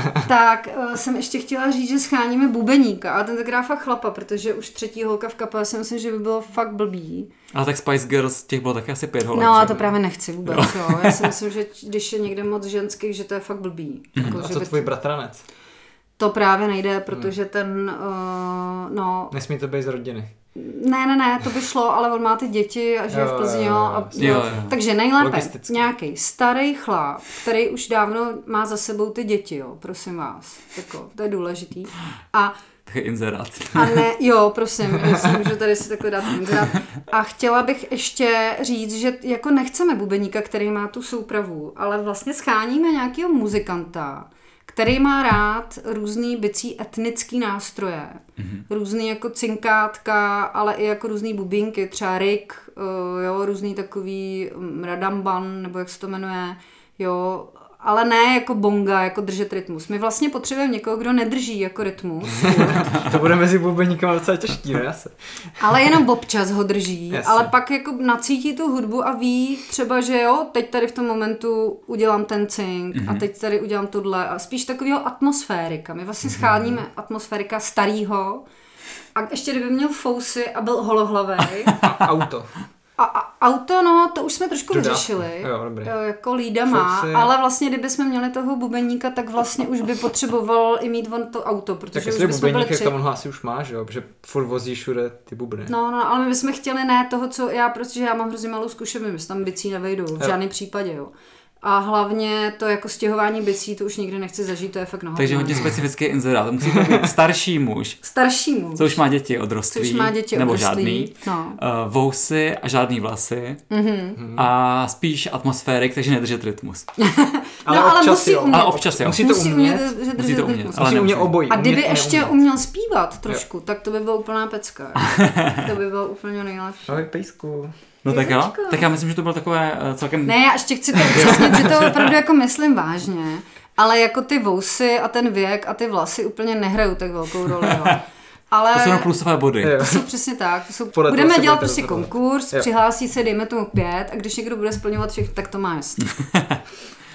Tak uh, jsem ještě chtěla říct, že scháníme bubeníka a tentokrát fakt chlapa, protože už třetí holka v kapele si myslím, že by bylo fakt blbý. Ale tak Spice Girls, těch bylo taky asi pět holek. No a to právě nechci vůbec, jo. jo. Já si myslím, že když je někde moc ženských, že to je fakt blbý. Jako, a co tvůj bratranec? To právě nejde, protože ten, uh, no... Nesmí to být z rodiny. Ne, ne, ne, to by šlo, ale on má ty děti a žije v Plzni, jo. A, jo, jo. Takže nejlépe nějaký starý chlap, který už dávno má za sebou ty děti, jo, prosím vás. Tako, to je důležitý. A takový inzerát. A ne, jo, prosím, jestli můžu tady si takhle dát inzerát. A chtěla bych ještě říct, že jako nechceme bubeníka, který má tu soupravu, ale vlastně scháníme nějakého muzikanta, který má rád různý bicí etnický nástroje, mm-hmm. různý jako cinkátka, ale i jako různý bubínky, třeba rig, jo, různý takový radamban, nebo jak se to jmenuje, jo, ale ne jako bonga, jako držet rytmus. My vlastně potřebujeme někoho, kdo nedrží jako rytmus. To bude mezi bubeníkama docela těžký, ne? Ale jenom občas ho drží, Jasně. ale pak jako nacítí tu hudbu a ví třeba, že jo, teď tady v tom momentu udělám ten cink mm-hmm. a teď tady udělám tohle a spíš takového atmosférika. My vlastně scháníme mm-hmm. atmosférika starýho a ještě kdyby měl fousy a byl holohlavej. A auto. A, a auto, no, to už jsme trošku Dodávka. vyřešili, jo, dobrý. jako Lída má, Foxy. Ale vlastně kdybychom měli toho bubeníka, tak vlastně už by potřeboval i mít on to auto, protože tak už bychom byli bubeník, tři. jak tam on asi už má, že jo, protože furt vozí všude ty bubny. No, no, ale my bychom chtěli ne toho, co já, protože já mám hrozně malou zkušenost, my se tam bicí nevejdou, v žádném případě, jo. A hlavně to jako stěhování bicí, to už nikdy nechci zažít, to je fakt nohodná. Takže hodně specifický inzerát. Musí to být starší muž. Starší muž. Co už má děti odrostlý. Co už má děti nebo odrostlý. žádný. No. Uh, vousy a žádný vlasy. Mm-hmm. A spíš atmosférik, takže nedržet rytmus. ale, no, ale musí jo. umět. Ale občas jo. Musí to musí umět. umět, musí to umět. Ale musí umět obojí. A kdyby umět, ještě neumět. uměl zpívat trošku, jo. tak to by byla úplná pecka. To by bylo úplně nejlepší. Ahoj, pejsku. No tak jo, tak já myslím, že to bylo takové uh, celkem... Ne, já ještě chci to upřesnit, že to opravdu jako myslím vážně, ale jako ty vousy a ten věk a ty vlasy úplně nehrajou tak velkou roli, jo. Ale... To jsou plusové body. To jsou přesně tak. To jsou... Podle Budeme dělat prostě rozhodovat. konkurs, jo. Přihlásí se, dejme tomu pět a když někdo bude splňovat všechno, tak to má jasný.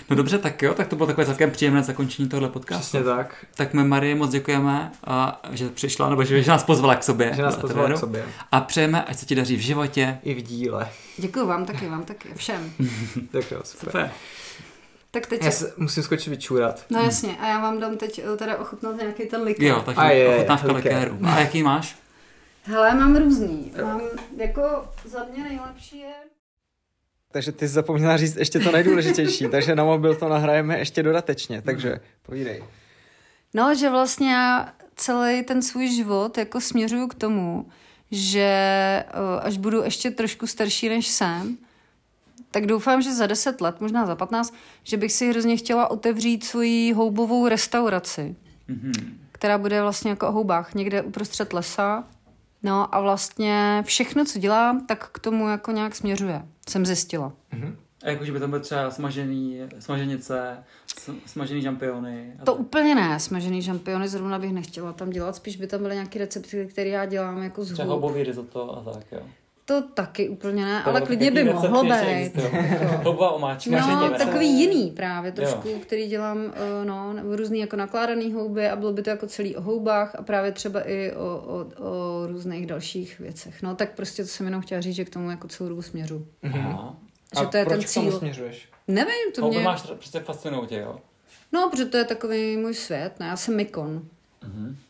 No dobře, tak jo, tak to bylo takové celkem příjemné zakončení tohle podcastu. Přesně tak. Tak my Marie moc děkujeme, a, že přišla, nebo že, že nás pozvala k sobě. Že nás pozvala k sobě. A přejeme, ať se ti daří v životě. I v díle. Děkuju vám taky, vám taky, všem. Tak jo, super. super. Tak teď... Já se musím skočit vyčůrat. No jasně, a já vám dám teď teda ochutnat nějaký ten likér. Jo, takže ochutnávka likéru. A jaký máš? Hele, mám různý. Mám, jako za mě nejlepší je... Takže ty jsi zapomněla říct ještě to nejdůležitější, takže na mobil to nahrajeme ještě dodatečně, takže povídej. No, že vlastně já celý ten svůj život jako směřuju k tomu, že až budu ještě trošku starší než jsem, tak doufám, že za deset let, možná za patnáct, že bych si hrozně chtěla otevřít svoji houbovou restauraci, mm-hmm. která bude vlastně jako o houbách, někde uprostřed lesa. No a vlastně všechno, co dělám, tak k tomu jako nějak směřuje. Jsem zjistila. Mm-hmm. A jakože by tam byly třeba smažený, smaženice, smažený žampiony? To tak. Úplně ne, smažený žampiony zrovna bych nechtěla tam dělat, spíš by tam byly nějaké recepty, které já dělám jako z hub. Třeba houbový risotto a tak, jo. To taky úplně ne, to ale klidně by mohlo být. Houbová omáčka. No, takový jiný právě trošku, jo. Který dělám, no, nebo různý jako nakládaný houby a bylo by to jako celý o houbách a právě třeba i o, o, o různých dalších věcech. No, tak prostě to jsem jenom chtěla říct, že k tomu jako celou dobu směřu. Aha. Že to a je proč ten cíl. k tomu směřuješ? Nevím, to Houby mě... máš přece fascinují tě, jo? No, protože to je takový můj svět, ne, já jsem ikon. Mhm.